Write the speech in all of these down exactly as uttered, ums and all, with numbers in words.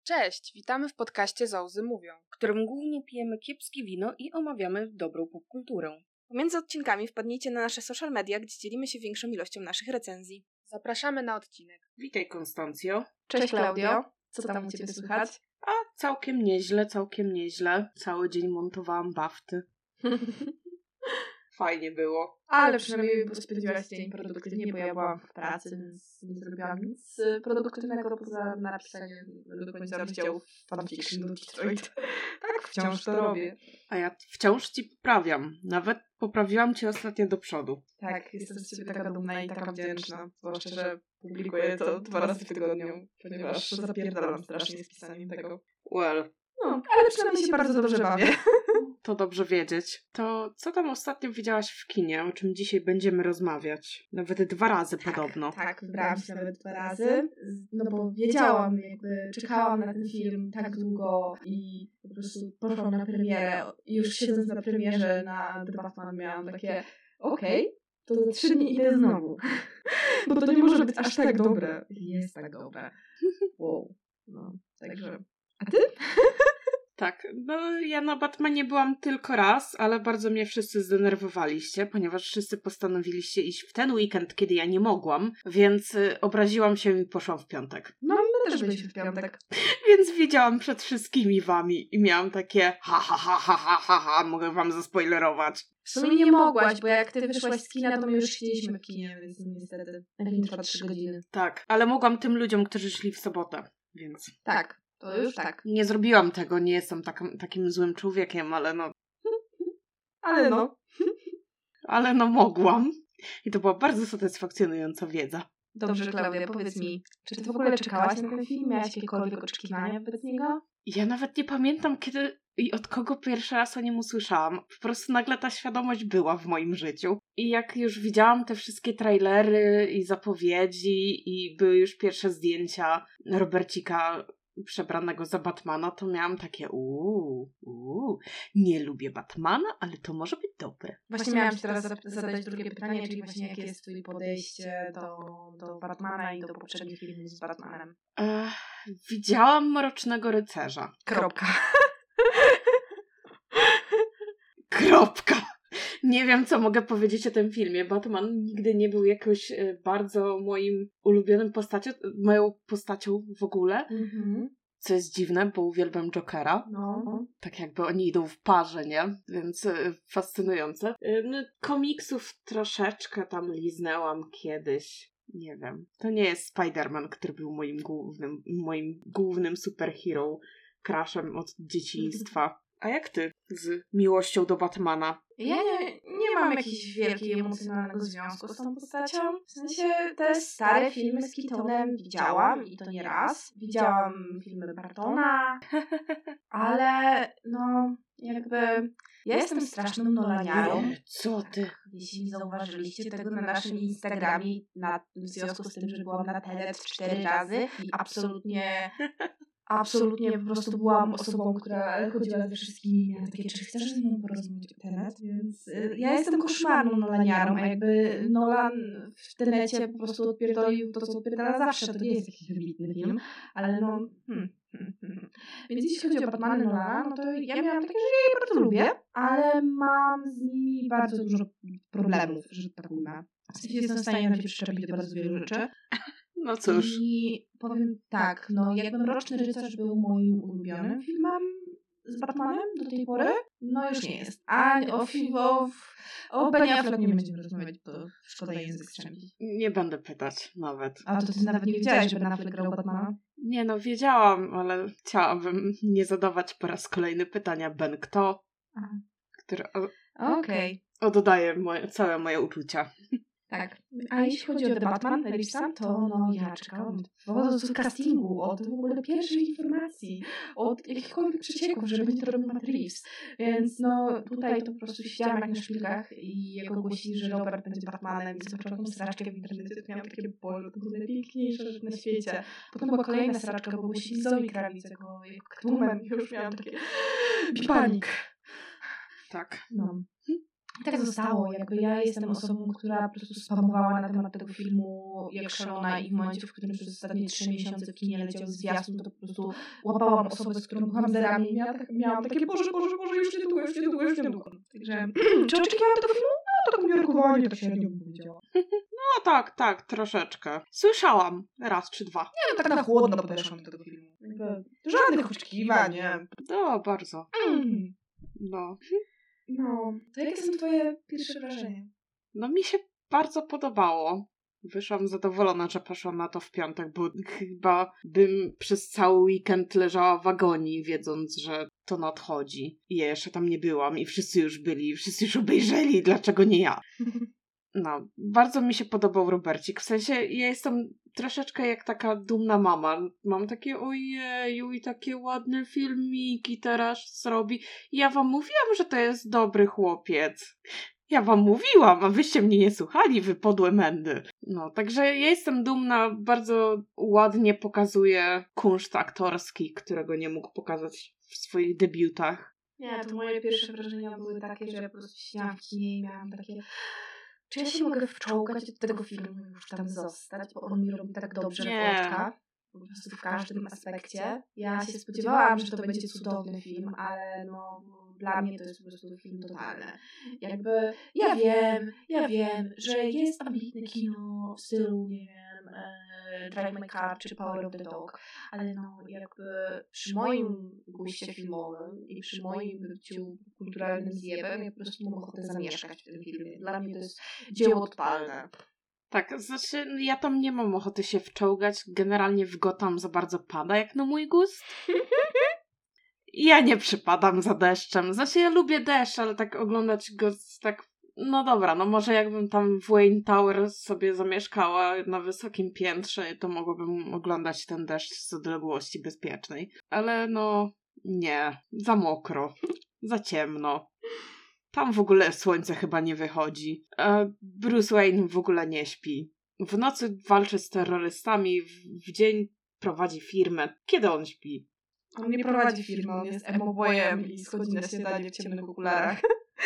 Cześć, witamy w podcaście Zauzy Mówią, w którym głównie pijemy kiepskie wino i omawiamy dobrą popkulturę. Pomiędzy odcinkami wpadnijcie na nasze social media, gdzie dzielimy się większą ilością naszych recenzji. Zapraszamy na odcinek. Witaj, Konstancjo. Cześć, Cześć Klaudio. Co tam u Ciebie słychać? A całkiem nieźle, całkiem nieźle. Cały dzień montowałam bafty. Fajnie było. Ale przynajmniej spędziłaś dzień produktywnie, bo ja byłam w pracy, więc nie zrobiłam nic produktywnego poza napisaniem do końca rozdziałów fanfiction do Detroit. Tak, wciąż to robię. A ja wciąż Ci poprawiam. Nawet poprawiłam Cię ostatnio do przodu. Tak, jestem z Ciebie taka dumna i taka wdzięczna. Zwłaszcza, że publikuję to dwa razy w tygodniu, ponieważ zapierdalam strasznie z pisaniem tego. Well. No, ale przynajmniej się bardzo dobrze bawię. To dobrze wiedzieć. To co tam ostatnio widziałaś w kinie, o czym dzisiaj będziemy rozmawiać? Nawet dwa razy tak, podobno. Tak, wybrałam się nawet dwa razy. No bo wiedziałam, jakby czekałam na ten film tak długo i po prostu poszłam na premierę. I już siedząc na premierze na The Batman miałam takie okej, okay, to za trzy dni idę znowu. Bo to nie może być aż tak dobre. Jest tak dobre. Wow. No, także... A ty? Tak, no ja na Batmanie byłam tylko raz, ale bardzo mnie wszyscy zdenerwowaliście, ponieważ wszyscy postanowiliście iść w ten weekend, kiedy ja nie mogłam, więc y, obraziłam się i poszłam w piątek. No my też byliśmy w piątek. Więc wiedziałam przed wszystkimi wami i miałam takie ha ha ha ha ha ha ha, mogę wam zaspoilerować. W sumie nie mogłaś, bo jak ty wyszłaś z kina, to my już siedzieliśmy w kinie, więc niestety film trwa trzy godziny. Tak, ale mogłam tym ludziom, którzy szli w sobotę, więc... Tak. To już tak. Nie zrobiłam tego, nie jestem takim, takim złym człowiekiem, ale no... Ale no. Ale no mogłam. I to była bardzo satysfakcjonująca wiedza. Dobrze, Klaudia, powiedz mi, czy ty w ogóle czekałaś na ten film? Miałaś jakiekolwiek oczekiwania wobec niego? Ja nawet nie pamiętam, kiedy i od kogo pierwszy raz o nim usłyszałam. Po prostu nagle ta świadomość była w moim życiu. I jak już widziałam te wszystkie trailery i zapowiedzi i były już pierwsze zdjęcia Robercika przebranego za Batmana, to miałam takie uuu, uuu, nie lubię Batmana, ale to może być dobre. Właśnie miałam ci teraz zadać drugie pytanie, czyli właśnie jakie jest twoje podejście do, do Batmana i do poprzednich filmów z Batmanem? Ech, widziałam Mrocznego Rycerza. Kropka. Kropka. Nie wiem, co mogę powiedzieć o tym filmie. Batman nigdy nie był jakoś bardzo moim ulubionym postacią, moją postacią w ogóle. Mm-hmm. Co jest dziwne, bo uwielbiam Jokera. No. Tak jakby oni idą w parze, nie? Więc y, fascynujące. Y, no, komiksów troszeczkę tam liznęłam kiedyś. Nie wiem. To nie jest Spider-Man, który był moim głównym, moim głównym superhero crushem od dzieciństwa. A jak ty z miłością do Batmana? Ja nie, nie mam jakiegoś wielkiego emocjonalnego związku z tą postacią. W sensie te stare filmy z Keatonem widziałam i to nie raz. Widziałam filmy Bartona, ale no jakby ja jestem straszną nolaniarą. Co ty? Jeśli nie zauważyliście tego na naszym Instagramie, na, w związku z tym, że byłam na Tenet cztery razy i absolutnie... Absolutnie po prostu byłam osobą, która chodziła ze wszystkimi i miała takie, czy chcesz ze mną porozmawiać o Tenet? Więc y, ja jestem koszmarną Nolaniarą, a jakby Nolan w Tenecie po prostu odpierdolił to, co odpierdala zawsze. To nie jest jakiś wybitny film, ale no... Hmm, hmm, hmm. Więc jeśli chodzi o Batmany Nolana, no to ja miałam takie, że ja je bardzo lubię, ale mam z nimi bardzo dużo problemów, że tak ujmę. W sensie jestem w stanie na się przyczepić do bardzo wielu rzeczy. No cóż. I powiem tak, no jakby Mroczny Rycerz był moim ulubionym filmem z Batmanem do tej pory, no już nie jest. A o, o, o Benie Affleck nie będziemy rozmawiać, bo szkoda język strzępić. Nie będę pytać nawet. A to ty nawet nie wiedziałaś, że Ben Affleck grał Batmana? Nie no, wiedziałam, ale chciałabym nie zadawać po raz kolejny pytania Ben kto, Aha. który Okej. Okay. oddaje moje, całe moje uczucia. Tak. A jeśli chodzi o The Batman, Reevesa, to no ja czekałam od castingu, od w ogóle pierwszej informacji, od jakichkolwiek przecieków, że będzie to robił Matt Reeves. Więc no tutaj to po prostu siedziałam jak na szpilkach i jak ogłosili, że Robert będzie Batmanem i zobaczyłam tą sraczkę w internecie, to miałam takie, Boże, to będzie najpiękniejsza rzecz na świecie. Potem była kolejna sraczka, bo ogłosili Zoe Kravitz jako, jako Catwoman i już miałam takie panik. Tak. No. tak zostało. Jakby ja jestem osobą, która po prostu spamowała na temat tego filmu jak szalona i w momencie, w którym przez ostatnie trzy miesiące w kinie leciał zwiastun, to po prostu łapałam osobę, z którą byłam za ramię i miałam, tak, miałam takie Boże, Boże, Boże, już niedługo, już niedługo, już niedługo. Także czy oczekiwałam tego filmu? No to tak umiarkowanie, tak średnio bym powiedziała. No tak, tak, troszeczkę. Słyszałam raz czy dwa. Nie, no tak na chłodno podeszłam do tego filmu. Jakby żadnych oczekiwań, nie? No, bardzo. Mm. No. No, to jakie są twoje pierwsze wrażenia? No mi się bardzo podobało. Wyszłam zadowolona, że poszłam na to w piątek, bo chyba bym przez cały weekend leżała w agonii, wiedząc, że to nadchodzi. I ja jeszcze tam nie byłam i wszyscy już byli, wszyscy już obejrzeli, dlaczego nie ja? No, bardzo mi się podobał Robercik. W sensie ja jestem troszeczkę jak taka dumna mama. Mam takie ojeju i takie ładne filmiki teraz zrobi. I ja wam mówiłam, że to jest dobry chłopiec. Ja wam mówiłam, a wyście mnie nie słuchali, wy podłe mędy. No, także ja jestem dumna, bardzo ładnie pokazuje kunszt aktorski, którego nie mógł pokazać w swoich debiutach. Nie, to moje pierwsze wrażenia były takie, że ja po prostu siedziałam w kinie i miałam takie... Czy ja się mogę wczołgać do tego filmu i już tam zostać, bo on mi robi tak dobrze reportka. Po prostu w każdym aspekcie. Ja się spodziewałam, że to będzie cudowny film, ale no dla mnie to jest po prostu film totalny. Jakby ja wiem, ja wiem, że jest ambitne kino w stylu, nie wiem, e, Drive My Car czy Power of the Dog, ale no jakby przy moim guście filmowym i przy moim byciu kulturalnym zjebem ja po prostu mam ochotę zamieszkać w tym filmie. Dla mnie to jest dzieło totalne. Tak, znaczy ja tam nie mam ochoty się wczołgać. Generalnie w Gotham za bardzo pada jak na mój gust. Ja nie przypadam za deszczem. Znaczy ja lubię deszcz, ale tak oglądać go tak... No dobra, no może jakbym tam w Wayne Tower sobie zamieszkała na wysokim piętrze, to mogłabym oglądać ten deszcz z odległości bezpiecznej. Ale no nie, za mokro, za ciemno. Tam w ogóle słońce chyba nie wychodzi. A Bruce Wayne w ogóle nie śpi. W nocy walczy z terrorystami, w, w dzień prowadzi firmę. Kiedy on śpi? On nie prowadzi firmy, on jest emo-boyem i schodzi na śniadanie w ciemnych okularach.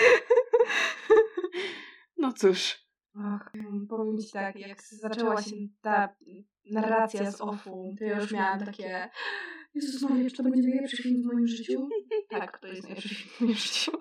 No cóż. Och, powiem ci tak, jak zaczęła się ta narracja z offu, to ja już miałam takie Jezus Maria, czy to będzie najlepszy film w moim życiu? Tak, to jest najlepszy film w moim życiu.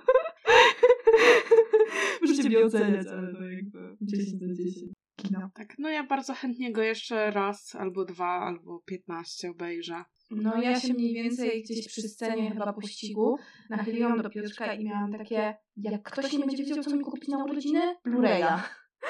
Możecie mnie oceniać, ale to jakby dziesięć na dziesięć. Kino. Tak, no ja bardzo chętnie go jeszcze raz, albo dwa, albo piętnaście obejrzę. No ja się mniej więcej gdzieś przy scenie chyba pościgu nachyliłam do Piotrka i miałam takie, jak ktoś nie będzie wiedział, co mi kupić na urodziny? Blu-raya.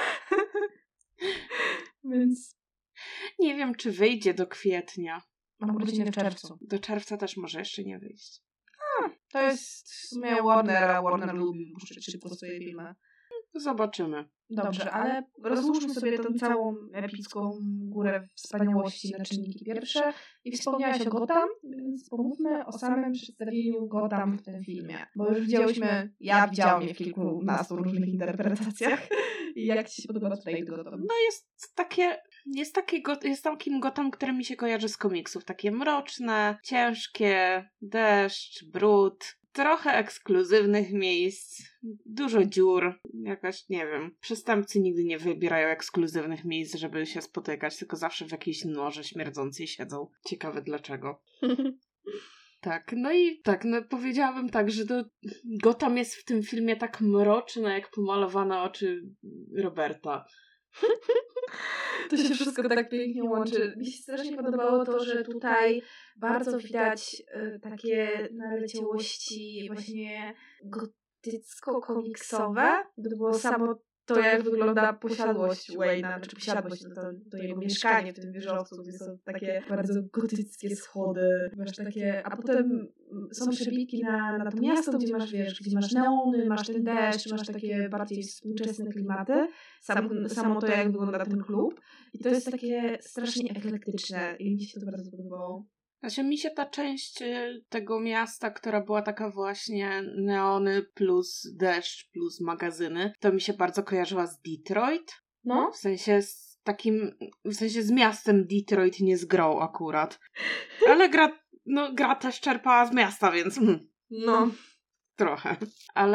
Więc... Nie wiem, czy wyjdzie do kwietnia. Mam urodziny w czerwcu. Do czerwca też może jeszcze nie wyjść. A, to jest w sumie Warner, a Warner lubi puszczać szybko swoje filmy. Zobaczymy. Dobrze, ale rozłóżmy sobie tą całą epicką górę wspaniałości na czynniki pierwsze i wspomniałaś o Gotham, więc pomówmy o samym przedstawieniu Gotham w tym filmie. Bo już widziałyśmy, ja widziałam je w kilkunastu różnych interpretacjach. I jak ci się podoba tutaj Gotham? No jest takie, jest takie, jest takim Gotham, które mi się kojarzy z komiksów. Takie mroczne, ciężkie, deszcz, brud. Trochę ekskluzywnych miejsc, dużo dziur, jakaś, nie wiem, przestępcy nigdy nie wybierają ekskluzywnych miejsc, żeby się spotykać, tylko zawsze w jakiejś norze śmierdzącej siedzą. Ciekawe dlaczego. Tak, no i tak, no powiedziałabym tak, że to Gotham jest w tym filmie tak mroczne, jak pomalowane oczy Roberta. To się wszystko tak pięknie łączy. Mi się strasznie podobało to, że tutaj bardzo widać y, takie naleciałości właśnie gotycko-komiksowe. To było samo to, jak wygląda posiadłość Wayne'a, czy posiadłość, to, to jego mieszkanie w tym wieżowcu, gdzie są takie bardzo gotyckie schody, masz takie, a potem są przebitki na, na to miasto, gdzie masz, wiesz, gdzie masz neony, masz ten deszcz, masz takie bardziej współczesne klimaty, Sam, samo to, jak wygląda ten klub i to jest takie strasznie eklektyczne i mi się to bardzo podobało. Znaczy mi się ta część tego miasta, która była taka właśnie neony plus deszcz plus magazyny, to mi się bardzo kojarzyła z Detroit. No? W sensie z takim, w sensie z miastem Detroit, nie z grą akurat. Ale gra, no gra też czerpała z miasta, więc mm, no trochę. Ale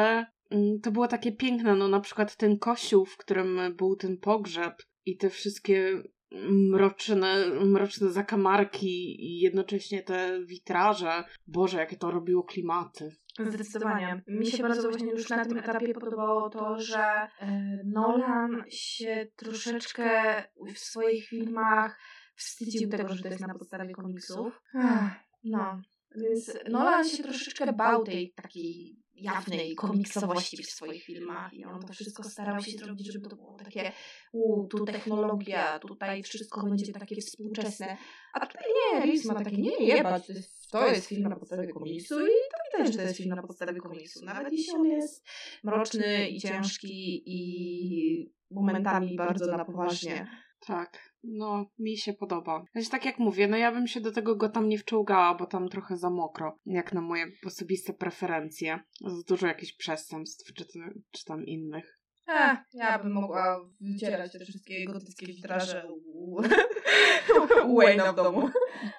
to było takie piękne, no na przykład ten kościół, w którym był ten pogrzeb i te wszystkie mroczne, mroczne zakamarki i jednocześnie te witraże. Boże, jakie to robiło klimaty. Zdecydowanie. Mi się bardzo właśnie już na tym etapie podobało to, że Nolan się troszeczkę w swoich filmach wstydził tego, że to jest na podstawie komiksów. No. Więc Nolan się troszeczkę bał tej takiej jawnej komiksowości w swoich filmach i on to wszystko starał się zrobić, żeby to było takie u, tu technologia, tutaj wszystko będzie takie współczesne. A tutaj nie, Reeves ma takie, nie, jebać, to jest, to jest film na podstawie komiksu i to widać, że to jest film na podstawie komiksu. Nawet jeśli on jest mroczny i ciężki i momentami bardzo na poważnie. Tak, no mi się podoba. Znaczy, tak jak mówię, no ja bym się do tego go tam nie wczołgała, bo tam trochę za mokro, jak na moje osobiste preferencje. Za dużo jakichś przestępstw, czy, czy tam innych. Ech, ja bym mogła wycierać te wszystkie gotyckie witraże u, u Wayne'a w domu.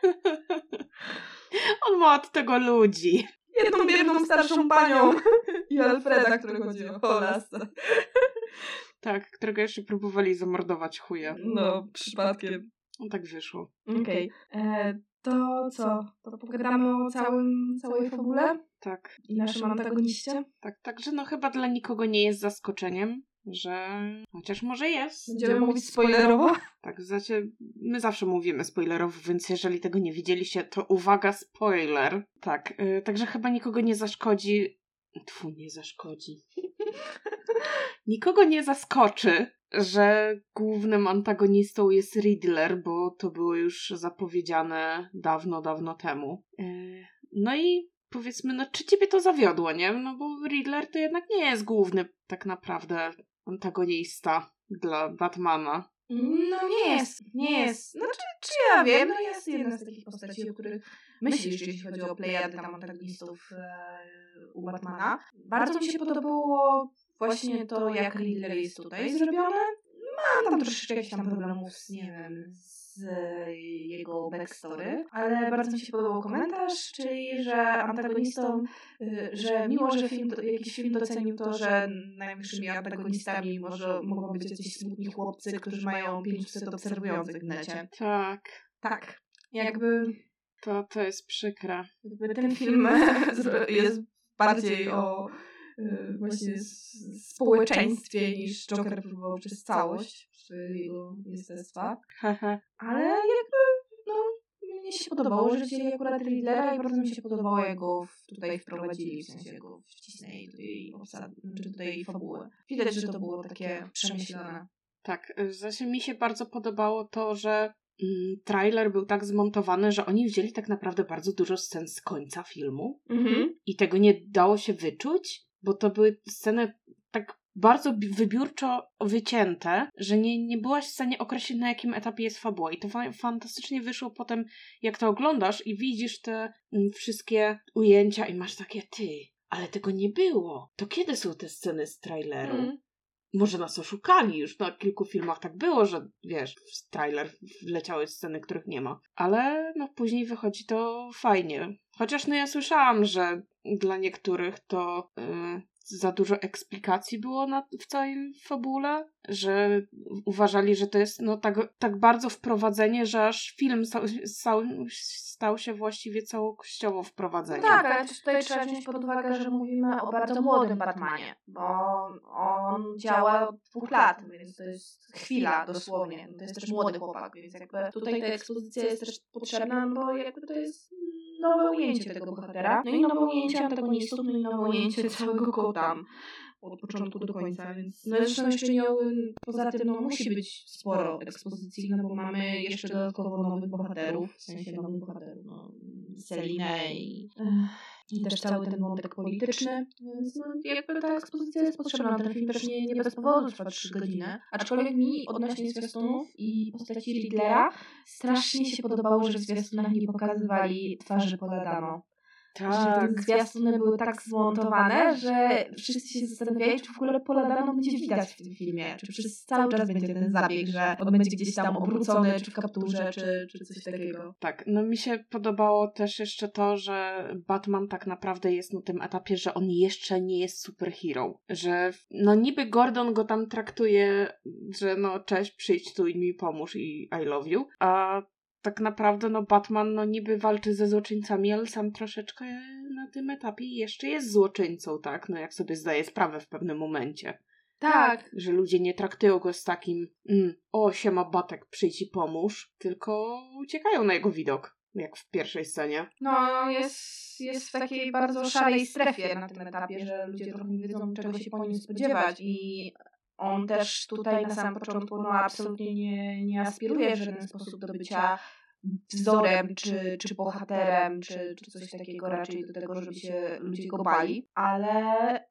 On ma od tego ludzi. Jedną biedną starszą panią i Alfreda, który chodzi o lasce. Tak, którego jeszcze próbowali zamordować chuje. No, przypadkiem. No tak wyszło. Okej. Okay. To co? To pogadamy o całym, całej fabule? Tak. I naszym antagoniście? Tak, także no chyba dla nikogo nie jest zaskoczeniem, że... Chociaż może jest. Będziemy mówić spoilerowo? Tak, znaczy my zawsze mówimy spoilerowo, więc jeżeli tego nie widzieliście, to uwaga, spoiler. Tak, yy, także chyba nikogo nie zaszkodzi... Tfu, nie zaszkodzi. Nikogo nie zaskoczy, że głównym antagonistą jest Riddler, bo to było już zapowiedziane dawno, dawno temu. No i powiedzmy, no czy ciebie to zawiodło, nie? No bo Riddler to jednak nie jest główny tak naprawdę antagonista dla Batmana. No nie jest, nie jest. Znaczy, czy ja wiem, no jest jedna z takich postaci, o których myślisz, jeśli chodzi o plejady tam antagonistów e, u Batmana. Bardzo mi się podobało właśnie to, jak Riddler jest tutaj zrobione. Mam tam troszeczkę jakichś tam problemów z, nie wiem, z jego backstory, ale bardzo mi się podobał komentarz, czyli, że antagonistą, że mimo, że film, jakiś film docenił to, że najwyższymi antagonistami może, mogą być jacyś smutni chłopcy, którzy mają pięćset obserwujących w necie. Tak. Tak. Jakby... To, to jest przykre. Jakby ten film jest bardziej o właśnie społeczeństwie niż Joker próbował przez całość przy jego jestestwa. Ale jakby no mnie się podobało, że wzięli akurat Riddlera i bardzo mi się podobało, jak go tutaj wprowadzili, w sensie go wcisnęli do jej obsady, znaczy do jej fabuły. Widać, że to było takie przemyślane. Tak, zresztą mi się bardzo podobało to, że trailer był tak zmontowany, że oni wzięli tak naprawdę bardzo dużo scen z końca filmu mhm. i tego nie dało się wyczuć, bo to były sceny tak bardzo wybiórczo wycięte, że nie, nie byłaś w stanie określić, na jakim etapie jest fabuła. I to fa- fantastycznie wyszło potem, jak to oglądasz i widzisz te m, wszystkie ujęcia i masz takie, ty, ale tego nie było. To kiedy są te sceny z traileru? Mhm. Może nas oszukali, już na kilku filmach tak było, że wiesz, w trailer wleciały sceny, których nie ma. Ale no później wychodzi to fajnie. Chociaż no ja słyszałam, że dla niektórych to yy, za dużo eksplikacji było na, w całej fabule, że uważali, że to jest no tak, tak bardzo wprowadzenie, że aż film stał, stał, stał się właściwie całościowo wprowadzeniem. No tak, ale tutaj trzeba wziąć pod uwagę, że mówimy o bardzo młodym Batmanie, bo on działa od dwóch lat, więc to jest chwila dosłownie. To jest też młody chłopak, więc jakby tutaj ta ekspozycja jest też potrzebna, bo jakby to jest nowe ujęcie tego bohatera, no i nowe ujęcie antagonistów, no i nowe ujęcie całego Gotham od początku do końca, więc no zresztą jeszcze nie, poza tym no musi być sporo ekspozycji, no bo mamy jeszcze dodatkowo nowych bohaterów, w sensie nowych bohaterów, no Selinę i, i też cały ten wątek polityczny, więc no jakby ta ekspozycja jest potrzebna, ten film też nie, nie bez powodu trwa trzy godziny, aczkolwiek mi odnośnie zwiastunów i postaci Riddlera strasznie się podobało, że w zwiastunach nie pokazywali twarzy Paul Dano. Tak. Że te zwiastuny były tak zmontowane, że wszyscy się zastanawiali, czy w ogóle Paula Dano będzie widać w tym filmie, czy przez cały czas będzie ten zabieg, że on będzie gdzieś tam obrócony, czy w kapturze, czy, czy coś takiego. Tak, no mi się podobało też jeszcze to, że Batman tak naprawdę jest na tym etapie, że on jeszcze nie jest superhero. Że no niby Gordon go tam traktuje, że no cześć, przyjdź tu i mi pomóż i I love you, a tak naprawdę no Batman no niby walczy ze złoczyńcami, ale sam troszeczkę na tym etapie jeszcze jest złoczyńcą, tak? No jak sobie zdaje sprawę w pewnym momencie. Tak. Że ludzie nie traktują go z takim mm, o, siema Batek, przyjdź i pomóż, tylko uciekają na jego widok, jak w pierwszej scenie. No, jest, jest w takiej bardzo szarej strefie na tym etapie, że ludzie trochę nie wiedzą, czego się po nim spodziewać i on też tutaj na samym początku no absolutnie nie, nie aspiruje w żaden sposób do bycia wzorem, czy, czy bohaterem, czy, czy coś takiego, raczej do tego, żeby się ludzie go bali, ale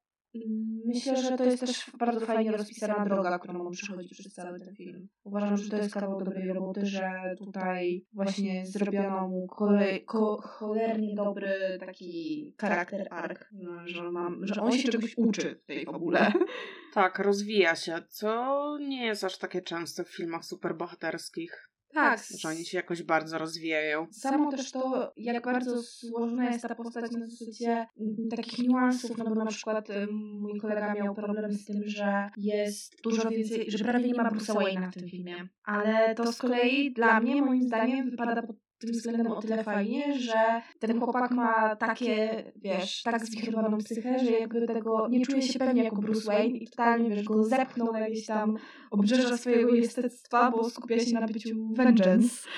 myślę, że to jest też bardzo fajnie rozpisana droga, którą on przechodzi przez cały ten film. Uważam, że to jest kawał dobrej roboty, że tutaj właśnie zrobiono mu kolej, ko, cholernie dobry taki charakter arc, że, mam, że on się czegoś uczy w tej fabule. Tak, rozwija się, co nie jest aż takie często w filmach superbohaterskich. Tak. Że oni się jakoś bardzo rozwijają. Samo też to, jak bardzo złożona jest ta postać na zasadzie takich niuansów, no bo na przykład mój kolega miał problem z tym, że jest dużo więcej, że prawie nie ma Bruce'a Wayne'a w tym filmie. Ale to z kolei dla mnie, moim zdaniem, wypada pod tym względem o tyle fajnie, że ten chłopak ma takie, wiesz, tak zwichrowaną psychę, że jakby tego nie czuje się pewnie jako Bruce Wayne i totalnie, wiesz, go zepchnął na jakieś tam obrzeża swojego jestestwa, bo skupia się na byciu Vengeance.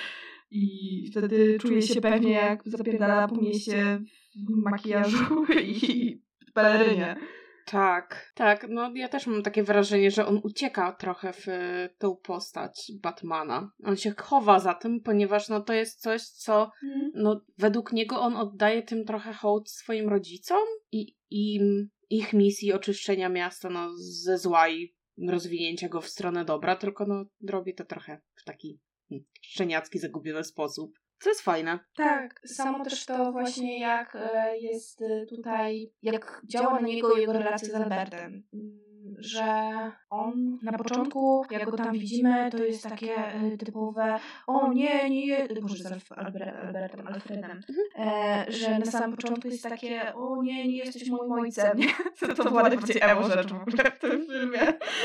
I wtedy czuje się pewnie, jak zapierdala po mieście w makijażu i pelerynie. Tak, tak, no ja też mam takie wrażenie, że on ucieka trochę w tą postać Batmana. On się chowa za tym, ponieważ no to jest coś, co mm. no według niego on oddaje tym trochę hołd swoim rodzicom i im ich misji oczyszczenia miasta no ze zła i rozwinięcia go w stronę dobra, tylko no robi to trochę w taki hmm, szczeniacki, zagubiony sposób. Co jest fajne. Tak, samo też to właśnie jak jest tutaj, jak działa na niego jego relacja z Albertem. Że on na początku, jak go tam widzimy, to jest takie typowe o nie, nie, boże, z Alf- Albert, Albertem, Alfredem, mhm. e, że na samym początku jest takie o nie, nie jesteś moim ojcem. To, to była najbardziej emo rzecz w ogóle w tym filmie.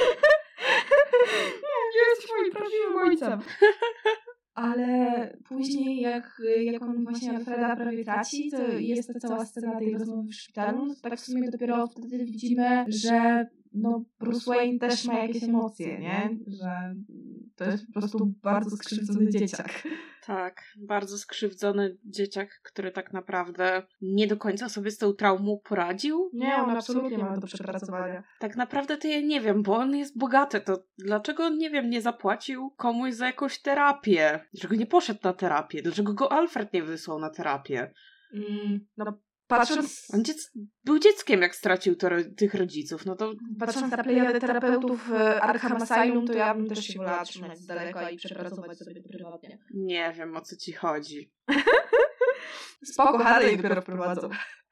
Nie, nie jesteś moim prawdziwym ojcem. Ale później, jak, jak on właśnie Alfreda prawie traci, to jest ta cała scena tej rozmowy w szpitalu, no to tak w sumie dopiero wtedy widzimy, że no Bruce Wayne też ma jakieś emocje, nie? Że to jest po prostu bardzo skrzywdzony dzieciak. Tak, bardzo skrzywdzony dzieciak, który tak naprawdę nie do końca sobie z tą traumą poradził. Nie, on absolutnie ma do przepracowania. Tak naprawdę to ja nie wiem, bo on jest bogaty, to dlaczego, nie wiem, nie zapłacił komuś za jakąś terapię? Dlaczego nie poszedł na terapię? Dlaczego go Alfred nie wysłał na terapię? Mm, no patrząc... On dziec... był dzieckiem, jak stracił to, tych rodziców, no to... Patrząc na plejadę terapeutów w Arkham Asylum, to ja bym też się wolała trzymać z daleka i przepracować sobie to prywatnie. Nie wiem, o co ci chodzi. Spoko, Harley dopiero wprowadzą.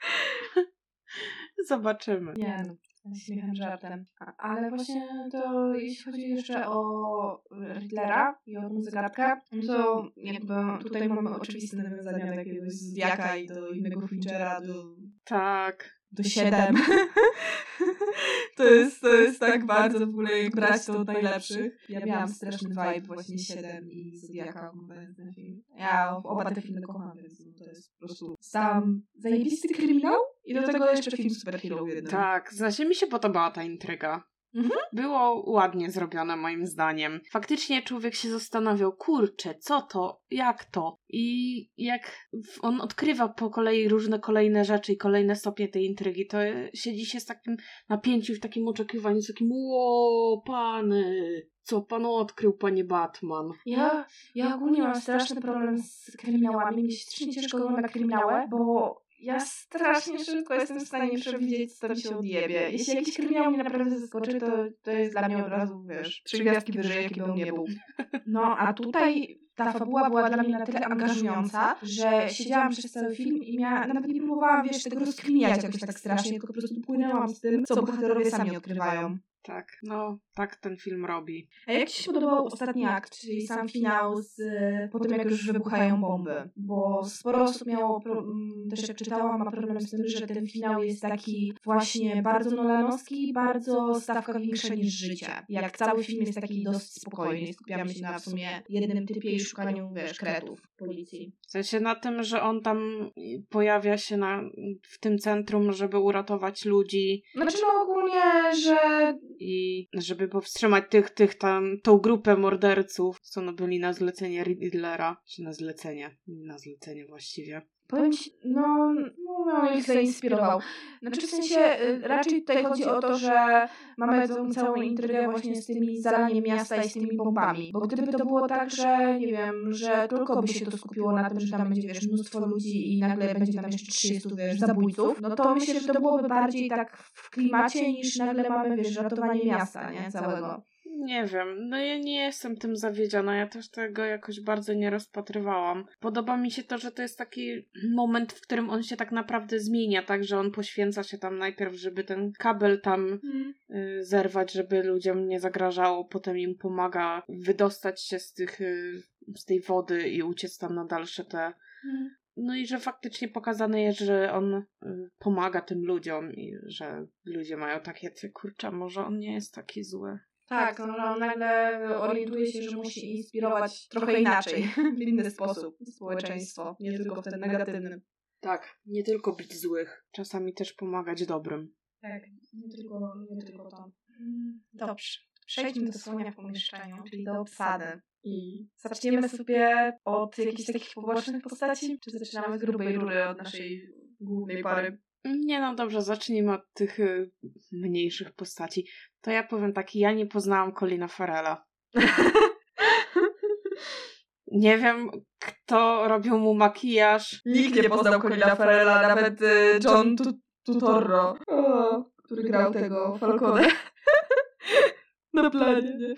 Zobaczymy. Nie no. Śmiechem, żartem. A, ale właśnie to jeśli chodzi jeszcze o Riddlera i o tą zagadkę, to jakby tutaj mamy oczywiste nawiązania do jakiegoś Zodiaka i do innego Finchera, do... Tak. Do siedem. to, jest, to jest tak bardzo w ogóle jak brać to od najlepszych. Ja miałam straszny vibe właśnie siedem i Zodiaka oglądając ten film. Ja oba te filmy kocham, więc to jest po prostu sam zajebisty kryminał i do tego jeszcze film superhero jeden. Tak, znaczy mi się podobała ta intryga. Mhm. Było ładnie zrobione moim zdaniem. Faktycznie człowiek się zastanawiał, kurczę, co to, jak to? I jak on odkrywa po kolei różne kolejne rzeczy i kolejne stopnie tej intrygi, to siedzi się z takim napięciem, w takim oczekiwaniu, z takim ło, pany, co pan odkrył, panie Batman? Ja, ja ogólnie mam straszny problem z kryminałami. Mi się strasznie ciężko ogląda kryminały, bo ja strasznie szybko jestem w stanie przewidzieć, co tam się odjebie. Jeśli jakiś kryminał mnie naprawdę zaskoczy, to, to jest dla mnie od razu, wiesz, trzy gwiazdki wyżej, jaki by on nie był. No, a tutaj ta fabuła była dla mnie na tyle angażująca, że siedziałam przez cały film i miała, nawet nie próbowałam, wiesz, tego rozkminiać jakoś tak strasznie, tylko po prostu płynęłam z tym, co bohaterowie sami odkrywają. Tak, no, tak ten film robi. A jak Ci się podobał ostatni akt, czyli sam finał z, po tym, jak już wybuchają bomby? Bo sporo osób miało, pro, też jak czytałam, ma problem z tym, że ten finał jest taki właśnie bardzo nolanowski, bardzo stawka większa niż życie. Jak cały film jest taki dosyć spokojny, skupiamy się na w sumie jednym typie i szukaniu, wiesz, kretów policji. W sensie na tym, że on tam pojawia się na, w tym centrum, żeby uratować ludzi. Znaczy no ogólnie, że... I żeby powstrzymać tych, tych tam, tą grupę morderców, co no byli na zlecenie Riddlera, czy na zlecenie, nie na zlecenie właściwie. Powiem Ci, no, no, no ich zainspirował. Znaczy w sensie raczej tutaj chodzi o to, że mamy tą całą intrygę właśnie z tymi zalaniem miasta i z tymi bombami. Bo gdyby to było tak, że nie wiem, że tylko by się to skupiło na tym, że tam będzie, wiesz, mnóstwo ludzi i nagle będzie tam jeszcze trzydziestu, wiesz, zabójców, no to myślę, że to byłoby bardziej tak w klimacie niż nagle mamy, wiesz, ratowanie miasta, nie? Całego. Nie wiem, no ja nie jestem tym zawiedziona, ja też tego jakoś bardzo nie rozpatrywałam. Podoba mi się to, że to jest taki moment, w którym on się tak naprawdę zmienia, tak, że on poświęca się tam najpierw, żeby ten kabel tam hmm. y, zerwać, żeby ludziom nie zagrażało, potem im pomaga wydostać się z tych, y, z tej wody i uciec tam na dalsze te... Hmm. No i że faktycznie pokazane jest, że on y, pomaga tym ludziom i że ludzie mają takie, ty kurczę, może on nie jest taki zły. Tak, on, on nagle orientuje się, że musi inspirować trochę inaczej, w inny sposób społeczeństwo, nie tylko w ten negatywny. Tak, nie tylko być złych, czasami też pomagać dobrym. Tak, nie tylko, nie tylko to. Dobrze, przejdźmy do słonia w pomieszczeniu, czyli do obsady. I zaczniemy sobie od jakichś takich pobocznych postaci, czy zaczynamy z grubej rury od naszej głównej pary? Nie no dobrze, zacznijmy od tych y, mniejszych postaci. To ja powiem tak, ja nie poznałam Colina Farrella. Nie wiem, kto robił mu makijaż. Nikt nie poznał Colina Farrella, nawet y, John Turturro, o, który grał tego Falcone na planie, nie?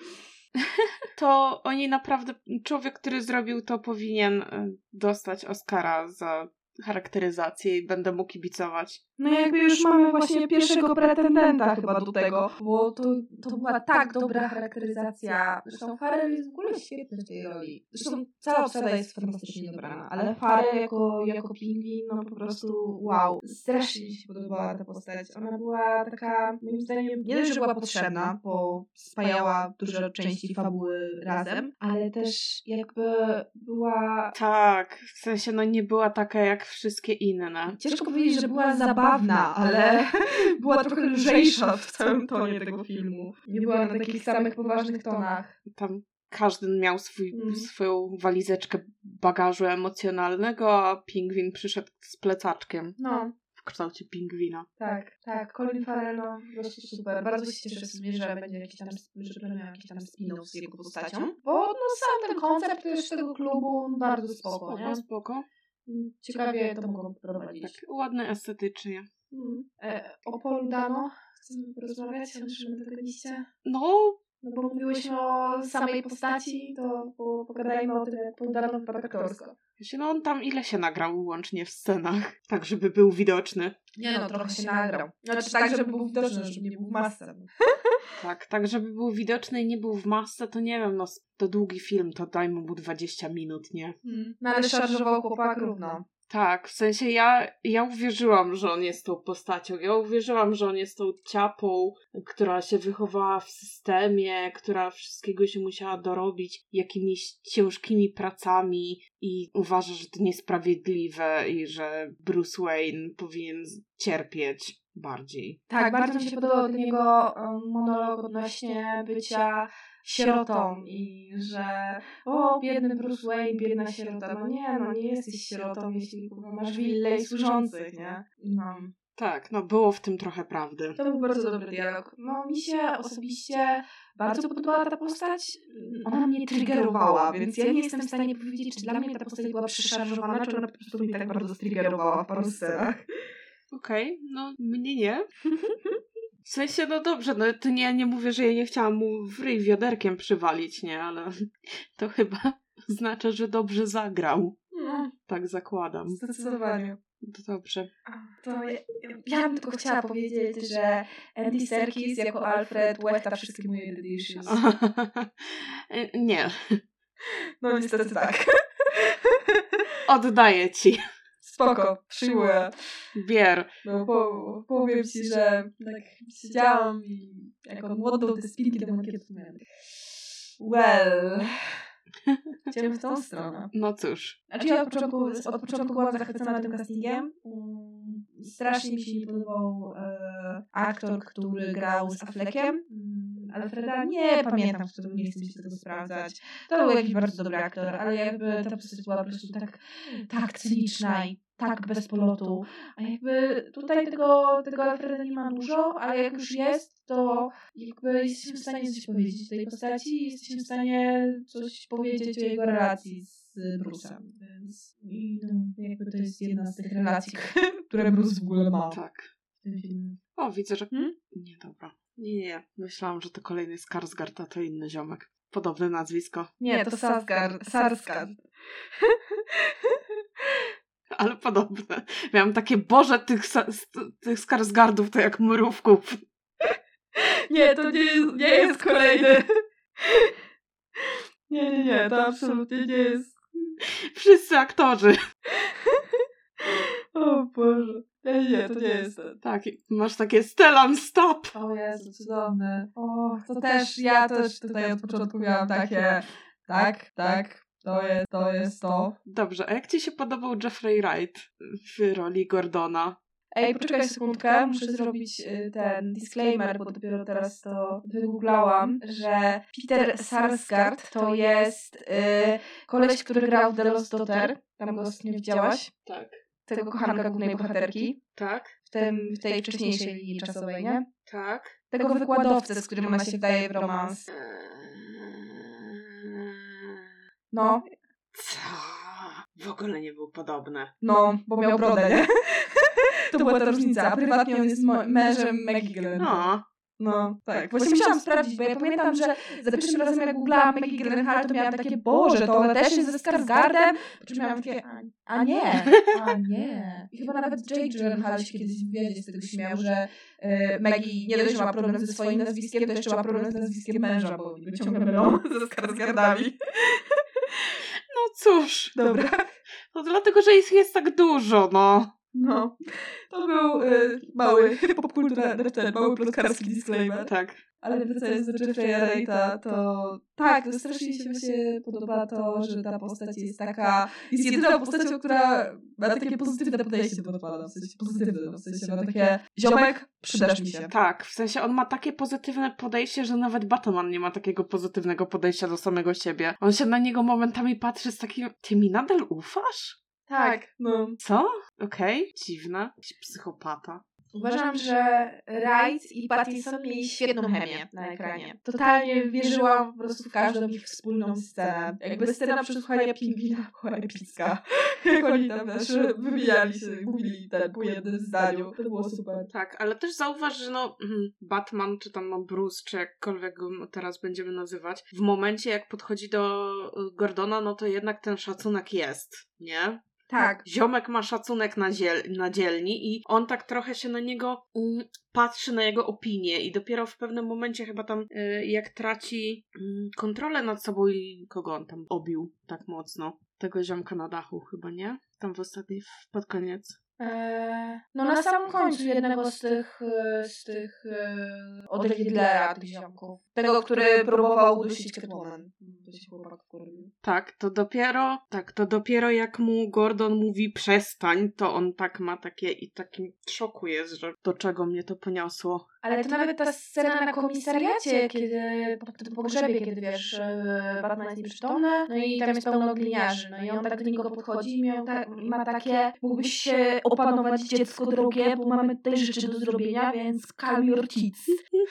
To oni naprawdę, człowiek, który zrobił to, powinien dostać Oscara za charakteryzację i będę mu kibicować. No jakby już mamy właśnie pierwszego pretendenta chyba do tego, bo to, to była tak dobra charakteryzacja. Zresztą Farrell jest w ogóle świetny w tej roli. Zresztą cała obsada jest fantastycznie dobrana, ale Farrell jako, jako pingwin, no po prostu wow. Strasznie mi się podobała ta postać. Ona była taka, moim zdaniem, nie dość, że była potrzebna, bo spajała duże części fabuły razem, ale też jakby była... Tak, w sensie no nie była taka jak wszystkie inne. Ciężko powiedzieć, że była zabawna, ale była trochę lżejsza w całym tonie tego filmu. Nie była na takich samych poważnych tonach. Tam każdy miał swój, mm. swoją walizeczkę bagażu emocjonalnego, a pingwin przyszedł z plecaczkiem. No. W kształcie pingwina. Tak, tak. Colin Farrell, no, po prostu super. Bardzo się cieszę w sumie, że będzie jakiś tam, że planują jakiś tam spin-off z jego postacią. Bo no, sam ten koncept też tego klubu bardzo spoko, spoko, nie? Spoko. Ciekawie to mogą prowadzić. Tak, ładne estetycznie. Hmm. E, o Paulu Dano chcemy porozmawiać o naszym antagoniście? No, No bo mówiłyśmy o samej postaci, to po, pogadajmy o tym, jak Paul Dano wypada aktorsko. No on tam ile się nagrał łącznie w scenach, tak żeby był widoczny. Nie no, trochę się nagrał. Znaczy tak, żeby był widoczny, żeby nie był w masce. Tak, tak żeby był widoczny i nie był w masce, to nie wiem, no to długi film, to dajmy mu dwadzieścia minut, nie? Hmm. No ale szarżował chłopak równo. Tak, w sensie ja, ja uwierzyłam, że on jest tą postacią. Ja uwierzyłam, że on jest tą ciapą, która się wychowała w systemie, która wszystkiego się musiała dorobić jakimiś ciężkimi pracami i uważa, że to niesprawiedliwe i że Bruce Wayne powinien cierpieć bardziej. Tak, tak bardzo mi się podobał ten jego monolog odnośnie bycia sierotą i że o, biedny Bruce Wayne, biedna sierota. No nie, no nie jesteś sierotą, jeśli masz willę i służących, nie? No. Tak, no było w tym trochę prawdy. To był bardzo dobry dialog. No mi się osobiście bardzo podobała ta postać. Ona mnie triggerowała, więc ja nie jestem w stanie powiedzieć, czy dla mnie ta postać była przeszarżowana, czy ona po prostu mnie tak bardzo striggerowała w paru scenach. Okej, okay, no mnie nie. W sensie, no dobrze, no to nie, ja nie mówię, że ja nie chciałam mu w ryj wiaderkiem przywalić, nie, ale to chyba oznacza, że dobrze zagrał. No. Tak zakładam. Zdecydowanie. To dobrze. To ja, ja bym tylko chciała powiedzieć, że Andy Serkis jako Alfred łechta wszystkie moje daddy issues. Nie. No niestety tak. Oddaję ci. Spoko, przyjmuję. Bier. No po, powiem ci, że tak siedziałam i jak on oddał te spinki do makietu, miałem well... Chciałem w tą stronę. No cóż. Znaczy ja od początku, od początku byłam zachwycona tym castingiem. Strasznie mi się nie podobał e, aktor, który grał z Affleckiem. Alfreda nie pamiętam, kto nie chcę mi się tego sprawdzać. To był jakiś bardzo dobry aktor, ale jakby ta postać była po prostu tak, tak cyniczna i tak bez polotu. A jakby tutaj tego, tego Alfreda nie ma dużo, ale jak już jest, to jakby jesteśmy w stanie coś powiedzieć o tej postaci i jesteśmy w stanie coś powiedzieć o jego relacji z Bruce'em. Więc i no, jakby to jest jedna z tych relacji, które Bruce w ogóle ma. Tak. O, widzę, że... Hmm? Nie, dobra. Nie, nie, myślałam, że to kolejny Skarsgård, a to inny ziomek. Podobne nazwisko. Nie, to Sarsgaard. Sarsgaard. Ale podobne. Miałam takie, Boże, tych, tych Skarsgardów to jak mrówków. Nie, to nie jest, nie jest kolejny. Nie, nie, nie, to absolutnie nie jest. Wszyscy aktorzy. O Boże. Nie, nie, to nie jest ten. Tak, masz takie Stellan, stop! O Jezu, cudowne. O, to też, ja też tutaj od początku miałam takie, tak, tak, to jest to. Jest to. Dobrze, a jak ci się podobał Jeffrey Wright w roli Gordona? Ej, poczekaj sekundkę, muszę zrobić y, ten disclaimer, bo dopiero teraz to wygooglałam, że Peter Sarsgaard to jest y, koleś, który grał w The Lost Daughter. Tam go ostatnio widziałaś? Tak. Tego kochanka głównej bohaterki. Tak. W, tym, w tej wcześniejszej linii czasowej, nie? Tak. Tego wykładowcę, z którym ona się wdaje w romans. No. Co? W ogóle nie był podobny. No, bo miał brodę, nie? To była ta różnica. A prywatnie on jest mężem Maggie Gyllenhaal. No. No, tak. Właśnie musiałam sprawdzić, bo ja pamiętam, że za pierwszym razem jak googlałam Maggie Gyllenhaal, to miałam takie, Boże, to ona też jest ze Skarsgårdem? Po czym miałam takie, a, a nie, a nie. I chyba nawet Jake Gyllenhaal się kiedyś w wywiadzie z tego śmiał, że y, Maggie nie dość, że ma problem ze swoim nazwiskiem, to jeszcze ma problem z nazwiskiem męża, bo niby ciągle mylą ze Skarsgårdami. No cóż. Dobra. No dlatego, że ich jest tak dużo, no. No, to był y, mały popkultura, ten mały plotkarski disclaimer. Tak. Ale wracając do Jeffrey'a Wrighta, to tak, to strasznie się właśnie podoba to, że ta postać jest taka, jest jedyną postacią, która ma takie pozytywne podejście do Batmana, w sensie pozytywne, w sensie ma takie, ziomek, przydasz mi się. Tak, w sensie on ma takie pozytywne podejście, że nawet Batman nie ma takiego pozytywnego podejścia do samego siebie. On się na niego momentami patrzy z takim, ty mi nadal ufasz? Tak, no. Co? Okej, okay. Dziwne. Jakiś psychopata. Uważam, że Wright i Pattinson mieli świetną chemię na ekranie. Totalnie wierzyłam po prostu w każdą ich wspólną scenę. Jakby scena przesłuchania pingwina była epicka. Jak oni tam też wywijali się, mówili ten po jednym zdaniu. To było super. Tak, ale też zauważ, że no Batman, czy tam no Bruce, czy jakkolwiek go teraz będziemy nazywać, w momencie jak podchodzi do Gordona, no to jednak ten szacunek jest, nie? Tak. Ziomek ma szacunek na, dziel- na dzielni i on tak trochę się na niego um, patrzy, na jego opinię i dopiero w pewnym momencie chyba tam y, jak traci y, kontrolę nad sobą i kogo on tam obił tak mocno. Tego ziomka na dachu chyba, nie? Tam w ostatniej, pod koniec. Eee, no na samym końcu jednego z tych, z tych od Riddlera, tych ziomków. Tego, który próbował udusić Catwoman. To się chłopak wkurwił. Tak, to dopiero, tak, to dopiero jak mu Gordon mówi przestań, to on tak ma takie i takim szoku jest, że do czego mnie to poniosło. Ale to nawet ta scena na komisariacie, kiedy po tym pogrzebie, kiedy wiesz, Batman jest nieprzytomny, no i tam jest pełno gliniarzy, no i on tak do niego podchodzi i miał ta, ma takie, mógłbyś się opanować dziecko drogie, bo mamy tutaj rzeczy do zrobienia, więc calm your tits.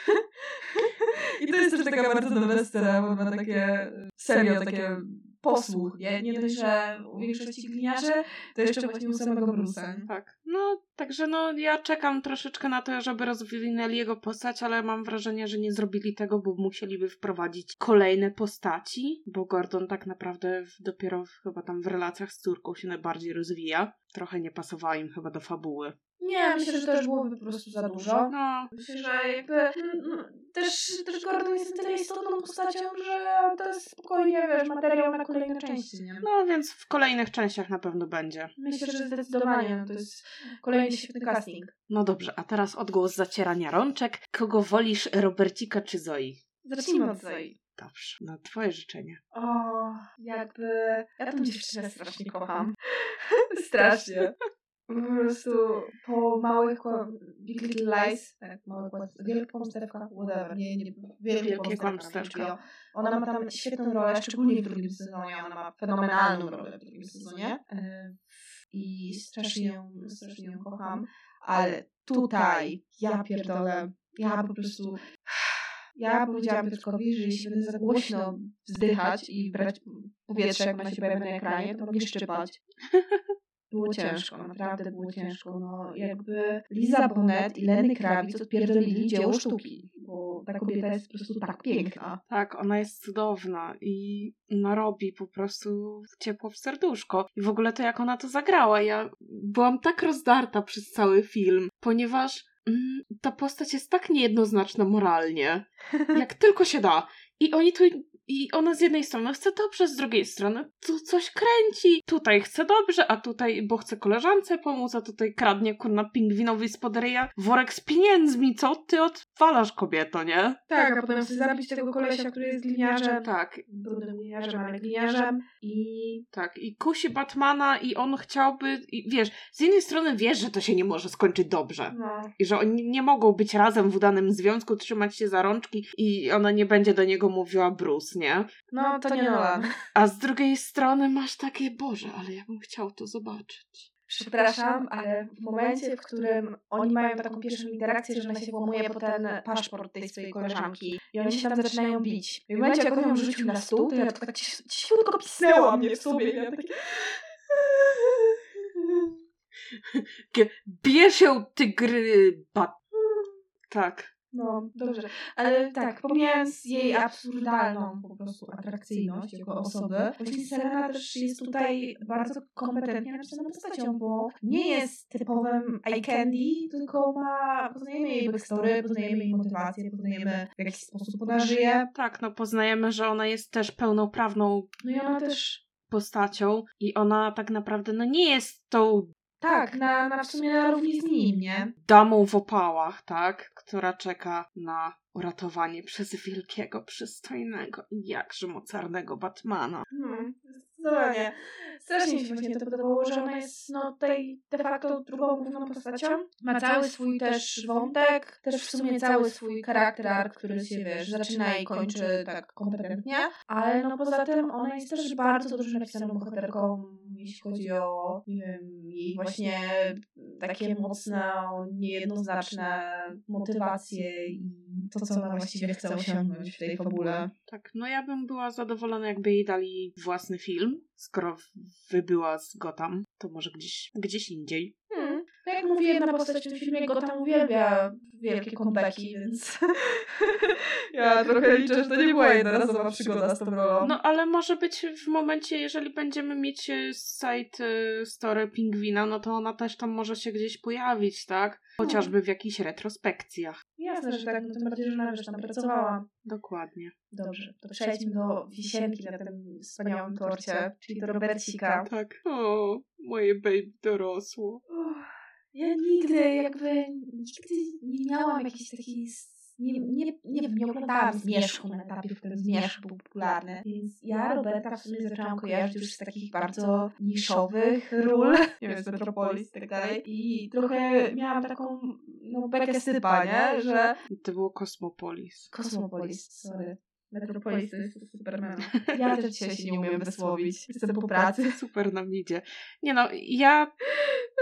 I to jest też taka bardzo dobra scena, bo ma takie, serio, takie posłuch, nie? Nie dość, że u większości gliniarzy, to jeszcze właśnie u samego Bruce'a. Tak, no także no ja czekam troszeczkę na to, żeby rozwinęli jego postać, ale mam wrażenie, że nie zrobili tego, bo musieliby wprowadzić kolejne postaci, bo Gordon tak naprawdę w, dopiero w, chyba tam w relacjach z córką się najbardziej rozwija. Trochę nie pasowała im chyba do fabuły. Nie, myślę, że to już byłoby po prostu za dużo. No. Myślę, że jakby mm, też, też Gordon jest tyle istotną postacią, że to jest spokojnie, wiesz, materiał na kolejne części, nie? No więc w kolejnych częściach na pewno będzie. Myślę, że zdecydowanie, no to jest kolejny świetny casting. No dobrze, a teraz odgłos zacierania rączek. Kogo wolisz, Robercika czy Zoi? Zacznijmy od Zoi. Dobrze, no twoje życzenie. O, jakby... Ja tą dziewczynę strasznie kocham. Strasznie. Po prostu po małych Big Little Lies, tak, małe kłamstewka, wielkie kłamstewka, whatever, nie, nie, wielkie, wielkie kłamstewka. Ona ma tam świetną rolę, szczególnie w drugim sezonie, ona ma fenomenalną rolę w drugim sezonie i strasznie ją, strasznie ją kocham, ale tutaj, ja pierdolę, ja po prostu... Ja powiedziałam Piotrkowi, że jeśli będę za głośno wzdychać i brać powietrze, jak ona się pojawia na ekranie, to mam nie szczypać. Było ciężko, naprawdę było ciężko. No jakby Liza Bonet i Lenny Kravitz odpierdolili dzieło sztuki, bo ta kobieta jest po prostu tak piękna. Tak, ona jest cudowna i narobi po prostu ciepło w serduszko. I w ogóle to jak ona to zagrała, ja byłam tak rozdarta przez cały film, ponieważ mm, ta postać jest tak niejednoznaczna moralnie, jak tylko się da. I oni tu... I ona z jednej strony chce dobrze, z drugiej strony tu coś kręci. Tutaj chce dobrze, a tutaj, bo chce koleżance pomóc, a tutaj kradnie kurna pingwinowi spod ryja worek z pieniędzmi. Co ty odwalasz, kobieto, nie? Tak, a potem chce zabić tego kolesia, który jest gliniarzem. Tak. Brudnym gliniarzem, ale gliniarzem. I... Tak, i kusi Batmana i on chciałby, i wiesz, z jednej strony wiesz, że to się nie może skończyć dobrze. No. I że oni nie mogą być razem w udanym związku, trzymać się za rączki i ona nie będzie do niego mówiła Bruce, nie? No, to nie Nolan. A z drugiej strony masz takie, Boże, ale ja bym chciał to zobaczyć. Przepraszam, ale w momencie, w którym oni mają taką pierwszą interakcję, że ona się włamuje po ten paszport tej swojej koleżanki i oni się tam zaczynają bić. I w momencie, jak on ją rzucił na stół, to ja tak cichutko pisnęła mnie w sobie. Ja takie... Bierz ją, tygry, bat... Tak. No, dobrze. Ale tak, pomijając jej absurdalną po prostu atrakcyjność jako osoby, właśnie Selena też jest tutaj bardzo kompetentnie napisaną postacią, bo nie jest typowym eye candy, tylko ma, poznajemy jej backstory, poznajemy jej motywację, poznajemy w jakiś sposób ona żyje. Tak, no poznajemy, że ona jest też pełnoprawną no i ona też postacią i ona tak naprawdę no nie jest tą Tak, na, na w sumie na równi z nim, nie? damą w opałach, tak? Która czeka na uratowanie przez wielkiego, przystojnego i jakże mocarnego Batmana. Hmm, zdecydowanie. Strasznie mi się właśnie to podobało, że ona jest no tutaj de facto drugą główną postacią. Ma cały swój też wątek, też w sumie cały swój charakter, ark, który się, wiesz, zaczyna i kończy tak kompetentnie, ale no poza tym ona jest też bardzo dobrze napisaną bohaterką, jeśli chodzi o, nie wiem, jej właśnie takie mocne, niejednoznaczne motywacje i to, co ona właściwie chce osiągnąć w tej fabule. Tak, no ja bym była zadowolona, jakby jej dali własny film, skoro wybyła z Gotham, to może gdzieś, gdzieś indziej. Hmm. No jak mówi jedna postać w tym filmie, Gotham uwielbia wielkie comebacki, więc ja trochę liczę, że to nie była jednorazowa przygoda z tą rolą. No ale może być w momencie, jeżeli będziemy mieć side story Pingwina, no to ona też tam może się gdzieś pojawić, tak? Chociażby w jakichś retrospekcjach. Jasne, że tak, no tym bardziej, że ona już tam pracowała. Dokładnie. Dobrze, to przejdźmy do wisienki na tym wspaniałym torcie, czyli do Robercika. Tak. O, moje baby dorosło. Uff, ja nigdy jakby, nigdy nie miałam jakiejś takiej... Nie, nie, nie wiem, nie oglądałam Zmierzchu na etapie, w którym Zmierzch był popularny, więc ja Roberta w sumie zaczęłam kojarzyć już z takich bardzo niszowych ról, nie wiem, z Metropolis i tak dalej, i trochę miałam taką, no, bekę sypa, nie, że... To było Kosmopolis. Kosmopolis, sorry. Metropolis to jest Superman. Ja też dzisiaj się nie umiem wysłowić. Jestem po pracy. Super nam idzie. Nie no, ja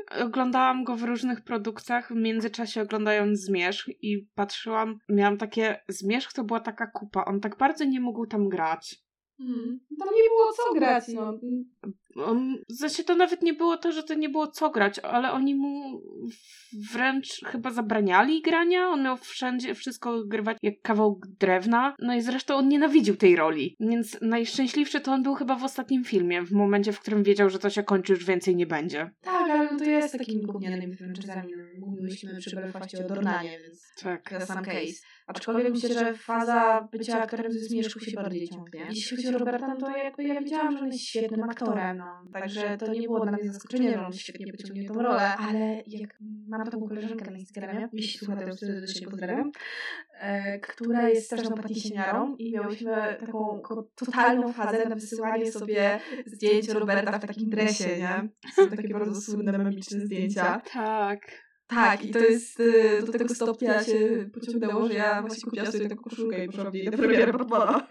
oglądałam go w różnych produkcjach, w międzyczasie oglądając Zmierzch i patrzyłam, miałam takie, Zmierzch to była taka kupa, on tak bardzo nie mógł tam grać. Hmm. Tam nie było co grać, no. On, znaczy to nawet nie było to, że to nie było co grać, ale oni mu wręcz chyba zabraniali grania, on miał wszędzie wszystko grywać jak kawał drewna, no i zresztą on nienawidził tej roli, więc najszczęśliwszy to on był chyba w ostatnim filmie, w momencie, w którym wiedział, że to się kończy, już więcej nie będzie. Tak, ale no to jest takim gównianym filmem czasami, no, mówiłyśmy przy Belfaście o Dornanie, więc tak. to sam case. Aczkolwiek myślę, że faza bycia aktorem ze Zmierzchu się bardziej ciągnie. Jeśli chodzi o Roberta, no to jakby ja wiedziałam, że on jest świetnym aktorem, no. Także to nie było dla mnie zaskoczenie, że on świetnie pociągnie tą rolę, ale jak mam taką koleżankę na Instagramie, jeśli słucha tego, serdecznie pozdrawiam, e, która jest straszną patisieniarą i miałyśmy taką ko- totalną fazę na wysyłanie sobie zdjęć Roberta w takim dresie, nie? Są takie bardzo słynne, memiczne zdjęcia. Tak. Tak, i to jest y, do tego stopnia się pociągnęło, że ja właśnie kupiłam sobie taką koszulkę i poszłam w niej na premierę Batmana.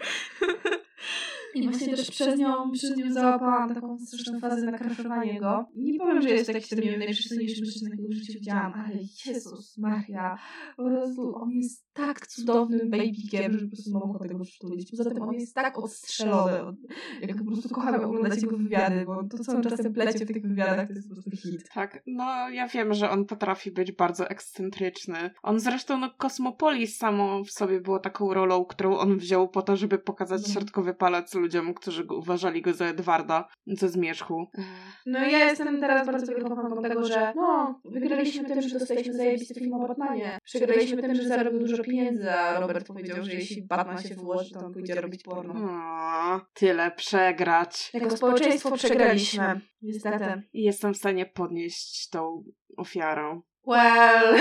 I właśnie też przez nią, przez nią załapałam taką straszną fazę na kraszowanie go. Nie powiem, że jest to jakiś, nie wiem, najprzystojniejszy mężczyzna, jakiego w życiu widziałam, ale Jezus Maria, po prostu on jest tak cudownym babykiem, że po prostu mam ochotę go przytulić. Poza tym on jest tak odstrzelony. On, jak po prostu kocham oglądać jego wywiady, bo to, co on czasem plecie w tych wywiadach, to jest po prostu hit. Tak, no ja wiem, że on potrafi być bardzo ekscentryczny. On zresztą, no Cosmopolis samo w sobie było taką rolą, którą on wziął po to, żeby pokazać no. środkowy palec ludziom, którzy go, uważali go za Edwarda ze Zmierzchu. No i ja jestem teraz bardzo wielką fanką tego, że no, wygraliśmy tym, że dostaliśmy zajebisty film o Batmanie. Przegraliśmy tym, że zarobił dużo pieniędzy, a Robert powiedział, że jeśli Batman się wyłoży, to on pójdzie robić porno. O, tyle przegrać. Jako społeczeństwo przegraliśmy, niestety. I jestem w stanie podnieść tą ofiarą. Well...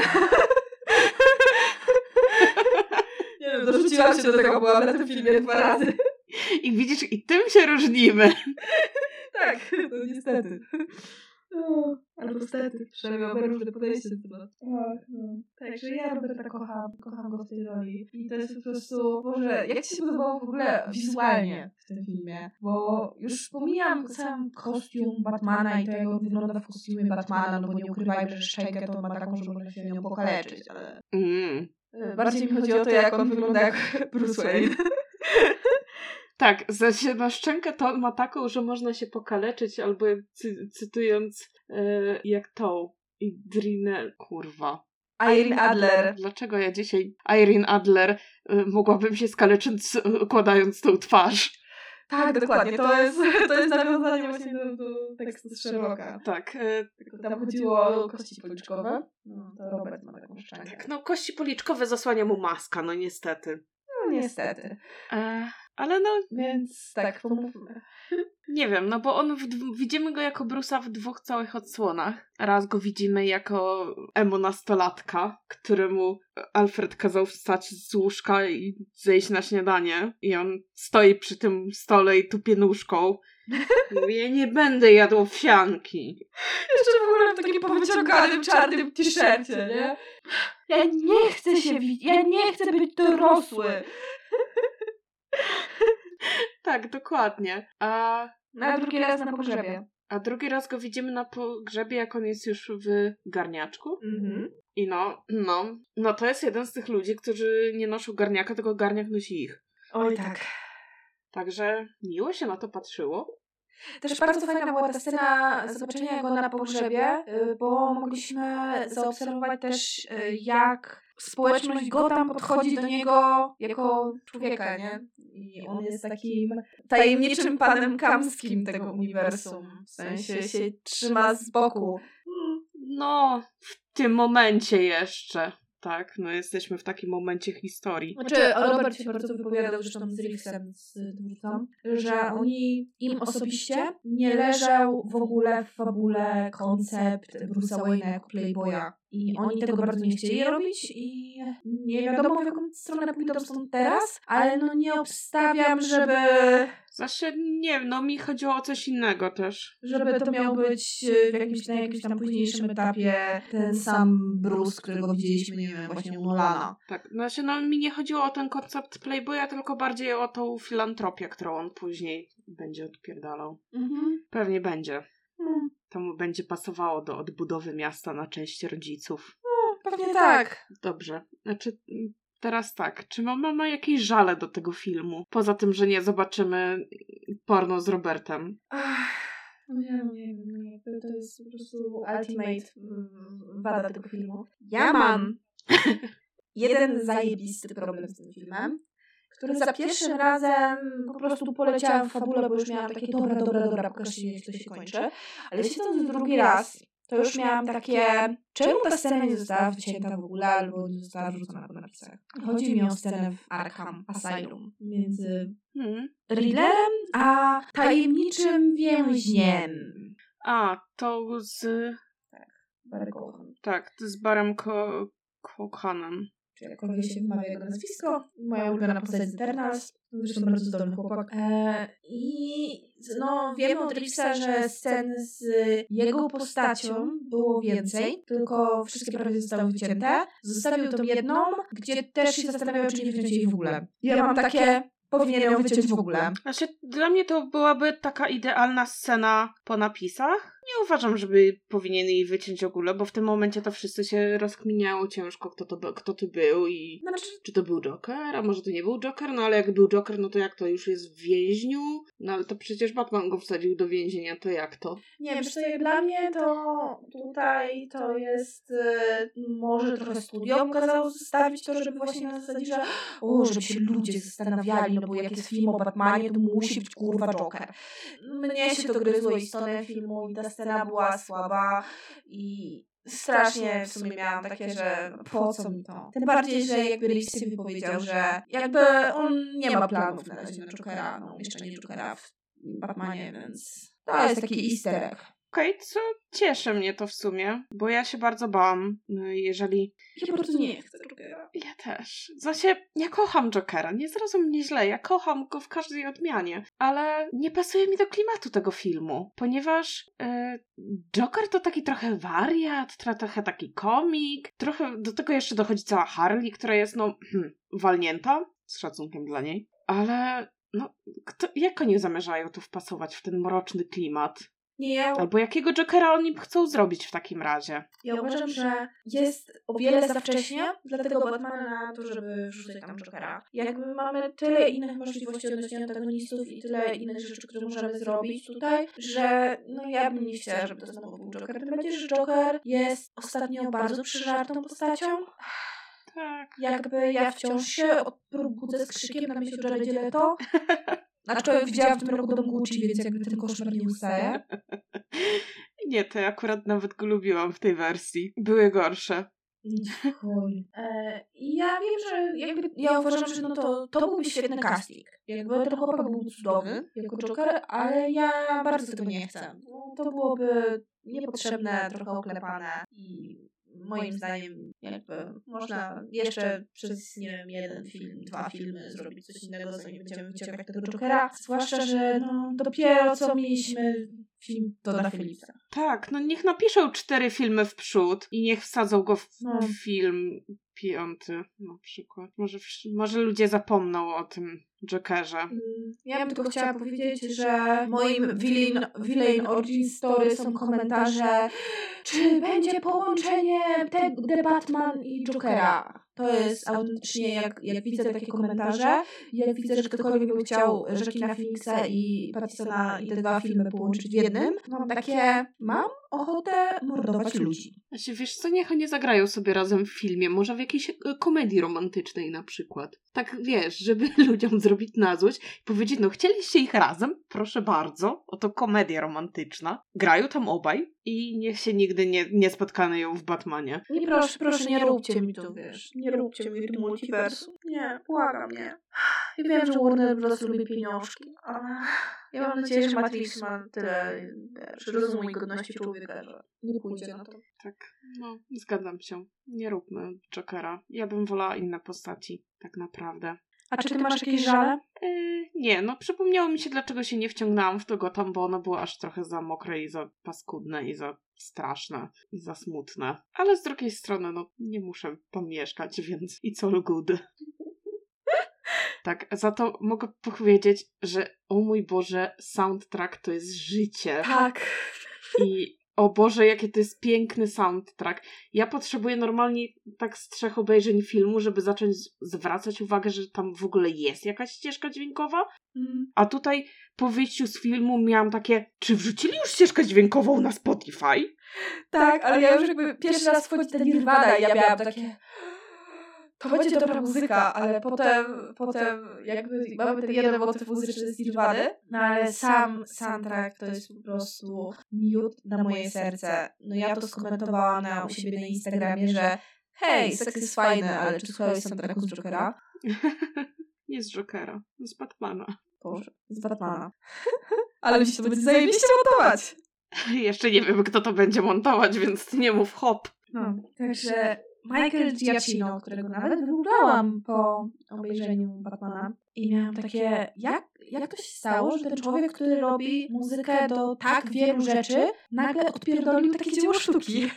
Nie wiem, dorzuciłam się do tego, byłam na tym filmie dwa razy. I widzisz, i tym się różnimy. Tak, to niestety. No, albo stety. Przynajmniej mamy różne podejście do tematu. No. Także ja Roberta kocham, kocham go w tej roli. I to jest po prostu, Boże, jak Ci się podobało w ogóle wizualnie w tym filmie? Bo już pomijam sam kostium Batmana i to, jak on wygląda w kostiumie Batmana, no bo nie ukrywajmy, że szczękę to on ma taką, że można się nią pokaleczyć, ale... Mm. Bardziej mi chodzi o to, jak on wygląda jak Bruce Wayne. Tak, znaczy na szczękę to on ma taką, że można się pokaleczyć, albo cy- cytując yy, jak tą Idrinę, kurwa. Irene Adler. Dlaczego ja dzisiaj Irene Adler yy, mogłabym się skaleczyć układając tą twarz? Tak, dokładnie. To jest, to jest nawiązanie właśnie do, do tekstu z Sherlocka. Tak. Yy, Tylko tam chodziło o kości policzkowe. No, to Robert ma taką szczękę. Tak, no kości policzkowe zasłania mu maska, no niestety. No niestety. E, ale no... Więc tak, pomówmy. Nie wiem, no bo on, w, widzimy go jako Bruce'a w dwóch całych odsłonach. Raz go widzimy jako emo-nastolatka, któremu Alfred kazał wstać z łóżka i zejść na śniadanie. I on stoi przy tym stole i tupie nóżką. Mówi, ja nie będę jadł owsianki. Jeszcze w ogóle w takim powyciąganym czarnym t-shircie, nie? Ja nie chcę się widzieć, ja nie chcę być dorosły. Tak, dokładnie. A... Na drugi raz na pogrzebie. A drugi raz go widzimy na pogrzebie, jak on jest już w garniaczku. Mhm. I no, no, no to jest jeden z tych ludzi, którzy nie noszą garniaka, tylko garniak nosi ich. Oj tak. Także miło się na to patrzyło. Też bardzo fajna była ta scena zobaczenia go na pogrzebie, bo mogliśmy zaobserwować też, jak społeczność Gotham podchodzi do niego jako człowieka, nie? I on jest takim tajemniczym panem Kamskim tego uniwersum. W sensie się trzyma z boku. No, w tym momencie jeszcze. Tak, no jesteśmy w takim momencie historii. Znaczy, Robert się bardzo wypowiadał, zresztą z Rixem, z twórcą, że oni, im osobiście nie leżał w ogóle w fabule koncept Bruce'a Wayne'a jako playboya. I oni tego bardzo nie chcieli robić i nie wiadomo, w jaką stronę pójdą stąd teraz, ale no nie obstawiam, żeby... Znaczy, nie wiem, no mi chodziło o coś innego też. Żeby to miał być w jakimś, na jakimś tam późniejszym etapie ten sam Bruce, którego widzieliśmy, nie wiem, właśnie u Nolana. Tak, znaczy no mi nie chodziło o ten koncept Playboya, tylko bardziej o tą filantropię, którą on później będzie odpierdalał. Mhm. Pewnie będzie. Mhm. To mu będzie pasowało do odbudowy miasta na część rodziców. No, pewnie tak. Dobrze. Znaczy, teraz tak. Czy mama ma jakieś żale do tego filmu? Poza tym, że nie zobaczymy porno z Robertem. Ach, nie wiem, nie wiem, nie wiem. To jest po prostu ultimate wada tego filmu. Ja mam jeden zajebisty problem z tym filmem, który za pierwszym razem po prostu poleciałam w fabule, bo już miałam takie dobra, dobra, dobra, pokażcie mi, jak to się kończy. Ale siedząc drugi raz, to już miałam takie, czemu ta scena nie została wycięta w ogóle, albo nie została wrzucona po napisach. Chodzi mi o scenę w Arkham Asylum między Hmm. Riddlerem a tajemniczym więźniem. A, to z... Barry Cohen. Tak, to z Barem Ko- Cohanem. Czy jakkolwiek się wymawia jego nazwisko. Moja ulubiona postać z Eternals. Zresztą bardzo zdolny chłopak. E, I no, wiemy od Reevesa, że scen z jego postacią było więcej, tylko wszystkie prawie zostały wycięte. Zostawił tą jedną, gdzie też się zastanawiał, czy nie wyciąć jej w ogóle. Ja mam takie... Powinien ją wyciąć w ogóle. Znaczy, dla mnie to byłaby taka idealna scena po napisach. Nie uważam, żeby powinien jej wyciąć w ogóle, bo w tym momencie to wszyscy się rozkminiało ciężko, kto to, kto to był i Znaczy... czy to był Joker, a może to nie był Joker, no ale jak był Joker, no to jak to już jest w więźniu? No ale to przecież Batman go wsadził do więzienia, to jak to? Nie, wiesz co, jak dla mnie to tutaj to jest y, może trochę studiom kazało zostawić to, żeby właśnie na zasadzie, że o, żeby się ludzie zastanawiali, no bo jak jest film o Batmanie, to musi być kurwa Joker. Mnie się to gryzło i stronę filmu i ta scena była słaba i strasznie w sumie miałam takie, że po co mi to? Tym bardziej, że jakby Reeves się wypowiedział, że jakby on nie ma planów na razie na Jokera, no jeszcze nie Jokera w Batmanie, więc to jest taki easter egg. Okej, okay, co cieszy mnie to w sumie, bo ja się bardzo bałam, jeżeli... Ja po prostu nie chcę Jokera. Ja też. W sensie, ja kocham Jokera, nie zrozum mnie źle, ja kocham go w każdej odmianie, ale nie pasuje mi do klimatu tego filmu, ponieważ yy, Joker to taki trochę wariat, trochę taki komik, trochę do tego jeszcze dochodzi cała Harley, która jest, no, hmm, walnięta, z szacunkiem dla niej, ale... No, kto, jak oni zamierzają tu wpasować w ten mroczny klimat? Nie, Albo jakiego Jokera oni chcą zrobić w takim razie? Ja uważam, że jest o wiele za wcześnie dla tego Batmana na to, żeby wrzucać tam Jokera. Jakby mamy tyle innych możliwości odnośnie antagonistów i tyle innych rzeczy, które możemy zrobić tutaj, że no ja bym nie chciała, żeby to znowu był Joker. Tym bardziej, że Joker jest ostatnio bardzo przeżartą postacią. Tak. Jakby ja wciąż się budzę z krzykiem na myśl o Jarecie Leto. Aczkolwiek widziałam w tym roku Dom Gucci, więc jakby ten koszmar nie ustaje. Nie, to ja akurat nawet go lubiłam w tej wersji. Były gorsze. Chuj. E, ja wiem, że jakby ja uważam, że no to, to byłby świetny casting. Jakby ten chłopak był cudowny jako Joker, ale ja bardzo tego nie chcę. No, to byłoby niepotrzebne, trochę oklepane i moim zdaniem jakby można jeszcze przez, nie wiem, jeden film, dwa filmy zrobić coś innego, zanim będziemy wyciągać tego Jokera. Zwłaszcza, że no dopiero co mieliśmy film Todda Phillipsa. Tak, no niech napiszą cztery filmy w przód i niech wsadzą go w no. film piąty na przykład. Może, może ludzie zapomną o tym Jokerze. Ja bym tylko chciała powiedzieć, że moim villain, villain origin story są komentarze, czy będzie połączenie te, The Batman i Jokera. To jest autentycznie, jak, jak widzę takie komentarze, jak widzę, że ktokolwiek by chciał Joaquina Phoenixa i Pattisona i te dwa filmy połączyć w jednym, mam takie, mam ochotę mordować ludzi. Znaczy, wiesz co, niech oni zagrają sobie razem w filmie, może w jakiejś komedii romantycznej na przykład. Tak, wiesz, żeby ludziom zrobić na złość i powiedzieć, no chcieliście ich razem? Proszę bardzo, oto komedia romantyczna. Grają tam obaj i niech się nigdy nie, nie spotkają w Batmanie. Nie, proszę, proszę, nie róbcie mi to, wiesz. Nie róbcie mi tu multiversum. Nie, błagam, nie. Ja wiem, że Warner Bros. Lubi pieniążki, ale ja mam nadzieję, że Matrix ma tyle, wiesz, rozumu i godności człowieka, że nie pójdzie na to. Tak, no, zgadzam się. Nie róbmy Jokera. Ja bym wolała inne postaci, tak naprawdę. A czy ty masz jakieś żale? Yy, nie, no przypomniało mi się, dlaczego się nie wciągnęłam w to Gotham, bo ono było aż trochę za mokre i za paskudne i za straszne i za smutne. Ale z drugiej strony, no nie muszę tam mieszkać, więc it's all good. Tak, za to mogę powiedzieć, że o mój Boże, soundtrack to jest życie. Tak. I O Boże, jaki to jest piękny soundtrack. Ja potrzebuję normalnie tak z trzech obejrzeń filmu, żeby zacząć zwracać uwagę, że tam w ogóle jest jakaś ścieżka dźwiękowa. Mm. A tutaj po wyjściu z filmu miałam takie, czy wrzucili już ścieżkę dźwiękową na Spotify? Tak, ale ja już jakby pierwszy raz wchodzi ta Nirvana i ja miałam takie... To będzie dobra muzyka, ale potem, potem jakby mamy ten jeden motyw muzyczny z Nirwany, no ale sam soundtrack to jest po prostu miód na moje serce. No ja to skomentowałam na, u siebie na Instagramie, że hej, seks jest fajny, ale czy słuchałeś soundtracku z Jokera? Nie z Jokera, z Batmana. Boże, z Batmana. Ale mi się to będzie zajebiście montować. Jeszcze nie wiem, kto to będzie montować, więc nie mów hop. No, także Michael Giacchino, którego nawet wybrałam po obejrzeniu Batmana i miałam takie, jak, jak to się stało, że ten człowiek, który robi muzykę do tak wielu rzeczy, nagle odpierdolił takie dzieło sztuki.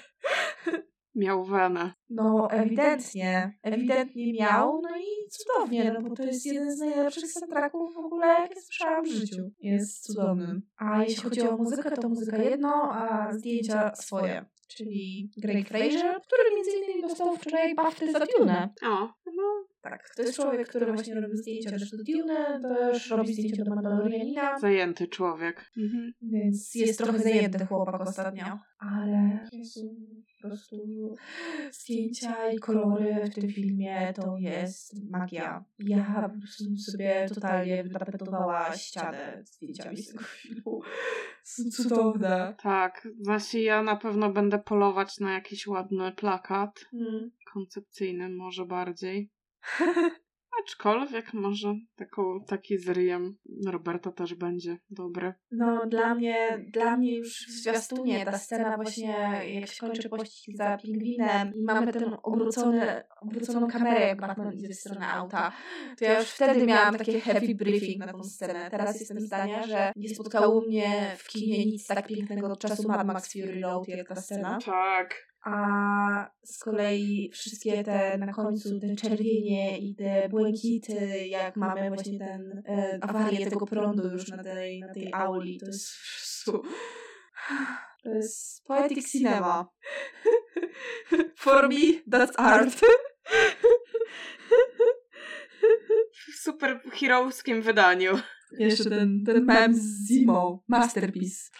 Miał wenę. No, ewidentnie. Ewidentnie miał, no i cudownie, no bo to jest jeden z najlepszych soundtracków w ogóle, jakie słyszałam w życiu. Jest cudowny. A jeśli chodzi o muzykę, to muzyka jedno, a zdjęcia swoje. Czyli Greg Fraser, który między innymi dostał wczoraj BAFTY za Dune. O, no. Tak, to jest człowiek, który właśnie robi zdjęcia też do Dune, też robi zdjęcia do Mandalorianina. Zajęty człowiek. Mhm. Więc jest trochę zajęty chłopak ostatnio. Ale Jezu, po prostu zdjęcia i kolory w tym filmie to jest magia. Ja po prostu sobie totalnie wytapetowała ścianę zdjęciami z tego filmu. Są cudowne. Tak, właśnie ja na pewno będę polować na jakiś ładny plakat. Hmm. Koncepcyjny może bardziej. Aczkolwiek może taką, taki z ryjem Roberta też będzie dobry. No dla mnie, dla mnie już w zwiastunie ta scena właśnie, jak się kończy pościg za pingwinem i mamy ten obrócony, obróconą kamerę, jak Batman idzie w stronę auta, to ja już wtedy miałam takie heavy briefing na tą scenę. Teraz jestem zdania, że nie spotkało mnie w kinie nic tak pięknego od czasu Mad Max Fury Road, jak ta scena. Tak. A z kolei wszystkie te na końcu te czerwienie i te błękity, jak mamy właśnie ten e, awarię tego prądu już na tej, na tej auli, to jest to jest poetic cinema. For me, that's art. W superherowskim wydaniu. Jeszcze ten, ten mem z Zimą. Masterpiece.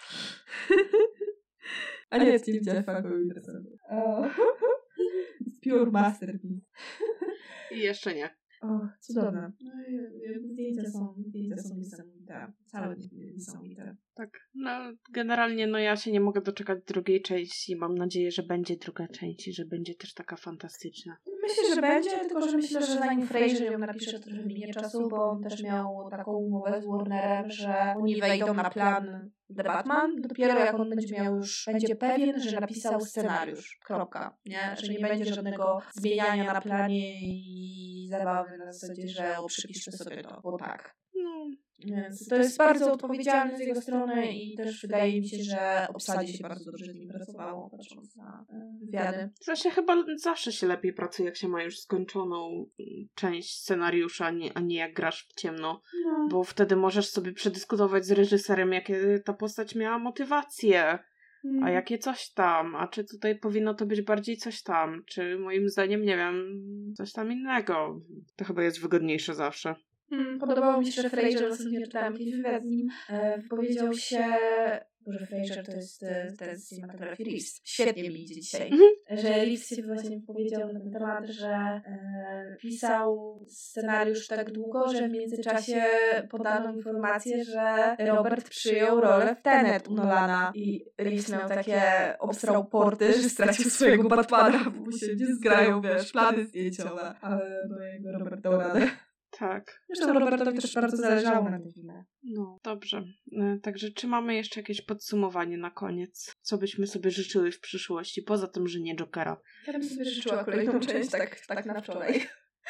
A nie, Steve Jeffa go interesuje. It's pure masterpiece. I jeszcze nie. O, cudowne. No i zdjęcia są, zdjęcia są niesamowite. Całe niesamowite. Tak, no generalnie no ja się nie mogę doczekać drugiej części. Mam nadzieję, że będzie druga część i że będzie też taka fantastyczna. Myślę, że będzie, tylko że myślę, że zanim Fraser ją napisze, to trochę minie czasu, bo on też miał taką umowę z Warnerem, że oni wejdą na plan The Batman, dopiero jak on będzie miał już, będzie pewien, że napisał scenariusz. Kropka. Nie? Że nie będzie żadnego zmieniania na planie i zabawy na zasadzie, że o, przypiszmy sobie to, bo tak. No. Więc to jest bardzo odpowiedzialne z jego strony i też wydaje mi się, że obsadzie się bardzo dobrze z nim pracowało, patrząc na wywiady. Zresztą chyba zawsze się lepiej pracuje, jak się ma już skończoną część scenariusza, a nie, a nie jak grasz w ciemno. No. Bo wtedy możesz sobie przedyskutować z reżyserem, jakie ta postać miała motywacje, Hmm. a jakie coś tam, a czy tutaj powinno to być bardziej coś tam, czy moim zdaniem, nie wiem, coś tam innego. To chyba jest wygodniejsze zawsze. Hmm, podobało mi się, że Fraser, ostatnio czytałam jakiś wywiad z nim, e, wypowiedział się, Boże, Fraser to jest e, ten z cinematografii Reeves. Świetnie mi idzie dzisiaj. Mm-hmm. Że Reeves się właśnie powiedział na ten temat, że e, pisał scenariusz tak długo, że w międzyczasie podano informację, że Robert przyjął rolę w Tenet u Nolana i Reeves miał takie, obstrał porty, że stracił swojego Batmana, bo mu się nie zgrają, wiesz, plany zdjęciowe. Ale no jego Robert dał radę. Tak. Zresztą Robertowi też bardzo zależało na tym filmie. No, dobrze. Także czy mamy jeszcze jakieś podsumowanie na koniec? Co byśmy sobie życzyły w przyszłości, poza tym, że nie Jokera? Ja bym sobie życzyła kolejną część, tak, tak na wczoraj.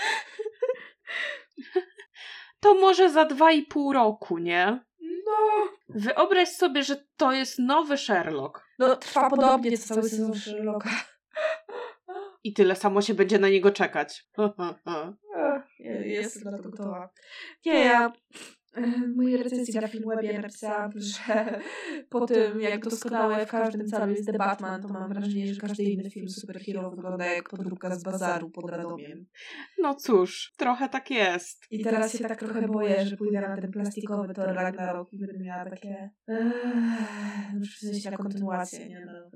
To może za dwa i pół roku, nie? No. Wyobraź sobie, że to jest nowy Sherlock. No, trwa podobnie co cały sezon Sherlocka. I tyle samo się będzie na niego czekać. Jestem na to gotowa. Nie, ja Mój recenzji na Filmwebie napisałam, że po tym, jak doskonałe w każdym celu jest The Batman, to mam wrażenie, że każdy inny film superhero wygląda jak podróbka z bazaru pod Radomiem. No cóż, trochę tak jest. I teraz się tak trochę boję, że pójdę na ten plastikowy Thor Ragnarok i będę miała takie... Eee, w sensie na kontynuację, nie? No,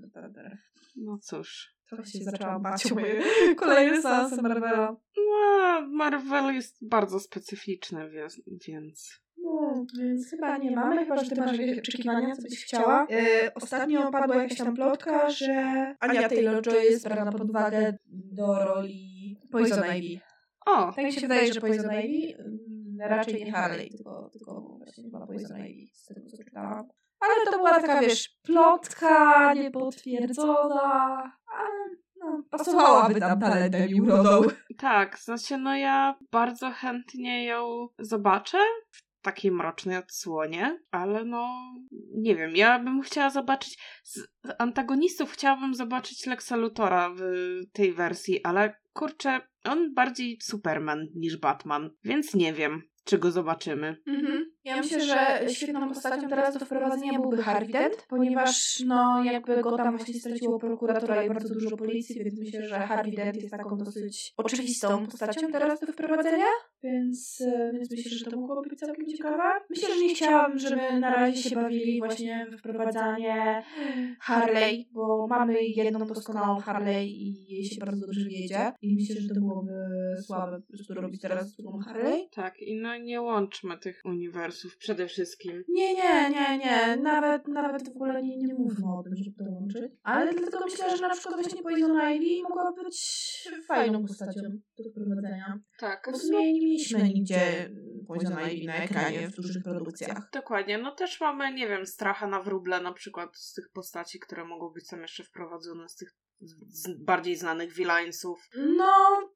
no cóż. Trochę się zaczęłam bać o moje kolejne seanse Marvela. No, Marvel jest bardzo specyficzny, więc... No, więc chyba nie mamy, chyba że ty masz jakieś oczekiwania, co byś chciała. Yy, ostatnio padła jakaś tam plotka, że Anya Taylor-Joy jest brana pod uwagę do roli Poison Ivy. O! Tak mi się wydaje, że Poison Ivy, yy, raczej nie Harley, tylko, tylko właśnie chyba Poison Ivy, z tego co czytałam. Ale to była taka, wiesz, plotka niepotwierdzona, ale no, pasowałaby tam talentem i urodą. Tak, znaczy no ja bardzo chętnie ją zobaczę w takiej mrocznej odsłonie, ale no nie wiem, ja bym chciała zobaczyć z antagonistów chciałabym zobaczyć Lexa Luthora w tej wersji, ale kurczę, on bardziej Superman niż Batman, więc nie wiem, czy go zobaczymy. Mhm. Ja myślę, że świetną postacią teraz do wprowadzenia byłby Harvey Dent, ponieważ no jakby go tam właśnie straciło prokuratora i bardzo dużo policji, więc myślę, że Harvey Dent jest taką dosyć oczywistą postacią teraz do wprowadzenia, więc, więc myślę, że to mogłoby być całkiem ciekawe. Myślę, że nie chciałam, żeby na razie się bawili właśnie w wprowadzanie Harley, bo mamy jedną doskonałą Harley i jej się bardzo dobrze wiedzie i myślę, że to byłoby słabe po prostu robić teraz drugą Harley. Tak, i no nie łączmy tych uniwersów przede wszystkim. Nie, nie, nie, nie. Nawet, nawet w ogóle nie, nie mówmy o tym, żeby to łączyć. Ale dlatego myślę, że na przykład właśnie Poison Ivy mogła być fajną postacią do wprowadzenia. Tak. Bo w sumie nie mieliśmy nigdzie Poison Ivy na ekranie w dużych produkcjach. Dokładnie. No też mamy, nie wiem, Stracha na wróble na przykład z tych postaci, które mogą być tam jeszcze wprowadzone, z tych z bardziej znanych villainsów. No...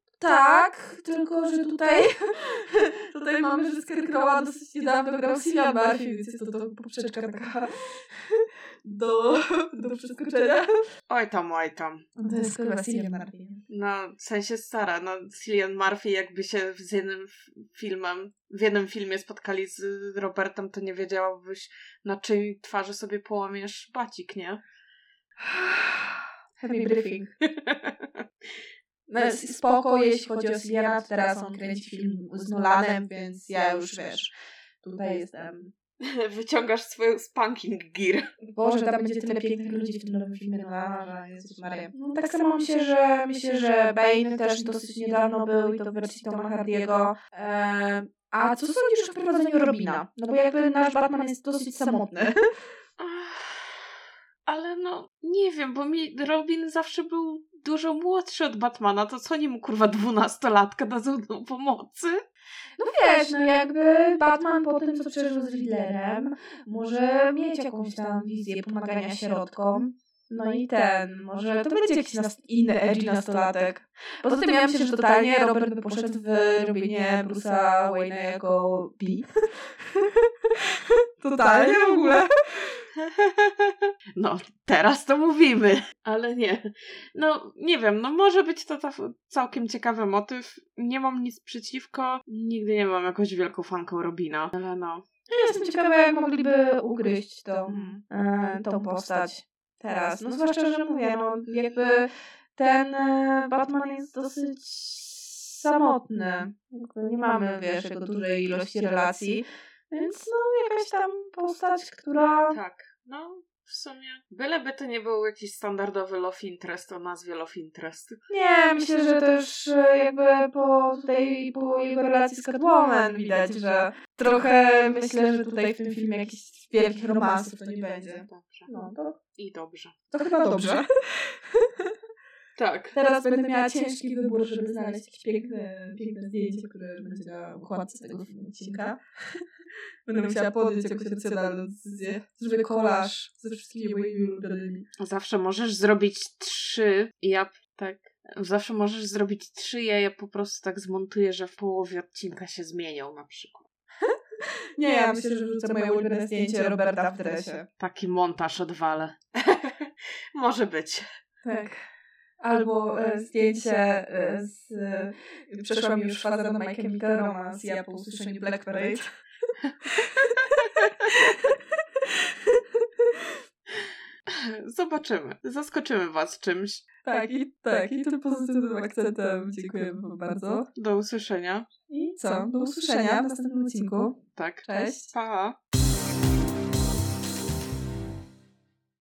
Tak, tylko że tutaj tutaj mamy, że Scarecrowa dosyć niedawno grał Cillian Murphy, więc jest to, to poprzeczka taka do, do przeskoczenia. Oj tam, oj tam. To jest chyba Cillian Murphy. No, w sensie stara, no Cillian Murphy jakby się z jednym filmem, w jednym filmie spotkali z Robertem, to nie wiedziałabyś, na czyj twarzy sobie połamiesz bacik, nie? Heavy briefing. No, spoko, jeśli chodzi o Cilliana, teraz on kręci film z Nolanem, więc ja już, wiesz, tutaj jestem... Wyciągasz swoją spanking gear. Boże, tam będzie tyle pięknych ludzi w tym nowym filmie Nolana, że Jezus Maria. No tak samo myślę, że myślę, że Bane też dosyć niedawno był i to w wersji Toma Hardy'ego. Eee, a co sądzisz o wprowadzeniu Robina? No bo jakby nasz Batman jest dosyć samotny. Ale no, nie wiem, bo mi Robin zawsze był dużo młodszy od Batmana, to co nie mu kurwa dwunastolatka dadzą do pomocy? No wiesz, no jakby Batman po tym, co przeżył z Riddlerem, może mieć jakąś tam wizję pomagania środkom. No i ten, może to będzie jakiś nas- inny edgy nastolatek. Poza tym ja myślę, że totalnie Robert by poszedł w robienie Bruce'a Wayne'a jako B. Totalnie w ogóle. No, teraz to mówimy, ale nie. No, nie wiem, no może być to ta całkiem ciekawy motyw. Nie mam nic przeciwko. Nigdy nie byłam jakąś wielką fanką Robina, ale no. Ja jestem ciekawa, jak mogliby ugryźć tą, e, tą postać teraz. No zwłaszcza, że mówię, no jakby ten e, Batman jest dosyć samotny. Jakby nie mamy, wiesz, jego dużej ilości relacji. Więc no jakaś tam postać, która... Tak, no w sumie. Byleby to nie był jakiś standardowy love interest o nazwie love interest. Nie, myślę, że też jakby po tutaj, po jego relacji z Catwoman widać, że trochę myślę, że tutaj w tym filmie jakichś wielkich romansów to nie będzie. Dobrze. No to... I dobrze. To chyba dobrze. Tak. Teraz będę miała ciężki wybór, żeby znaleźć jakieś piękne, piękne zdjęcie, które będzie na układce tego odcinka. Będę musiała podjąć jakąś racjonalną decyzję. Zrobię kolaż ze wszystkimi moimi ulubionymi. Zawsze możesz zrobić trzy. Ja tak. Zawsze możesz zrobić trzy, ja je po prostu tak zmontuję, że w połowie odcinka się zmienią na przykład. Nie, ja myślę, że wrzucę moje ulubione zdjęcie Roberta w dresie. Taki montaż odwalę. Może być. Tak. Albo e, zdjęcie e, z... E, przeszła mi już faza na My Chemical Romance i ja po usłyszeniu Black Parade. Zobaczymy. Zaskoczymy was czymś. Tak, i tak, i tym pozytywnym akcentem dziękujemy wam bardzo. Do usłyszenia. I co? Do usłyszenia w następnym odcinku. Tak. Cześć. Pa!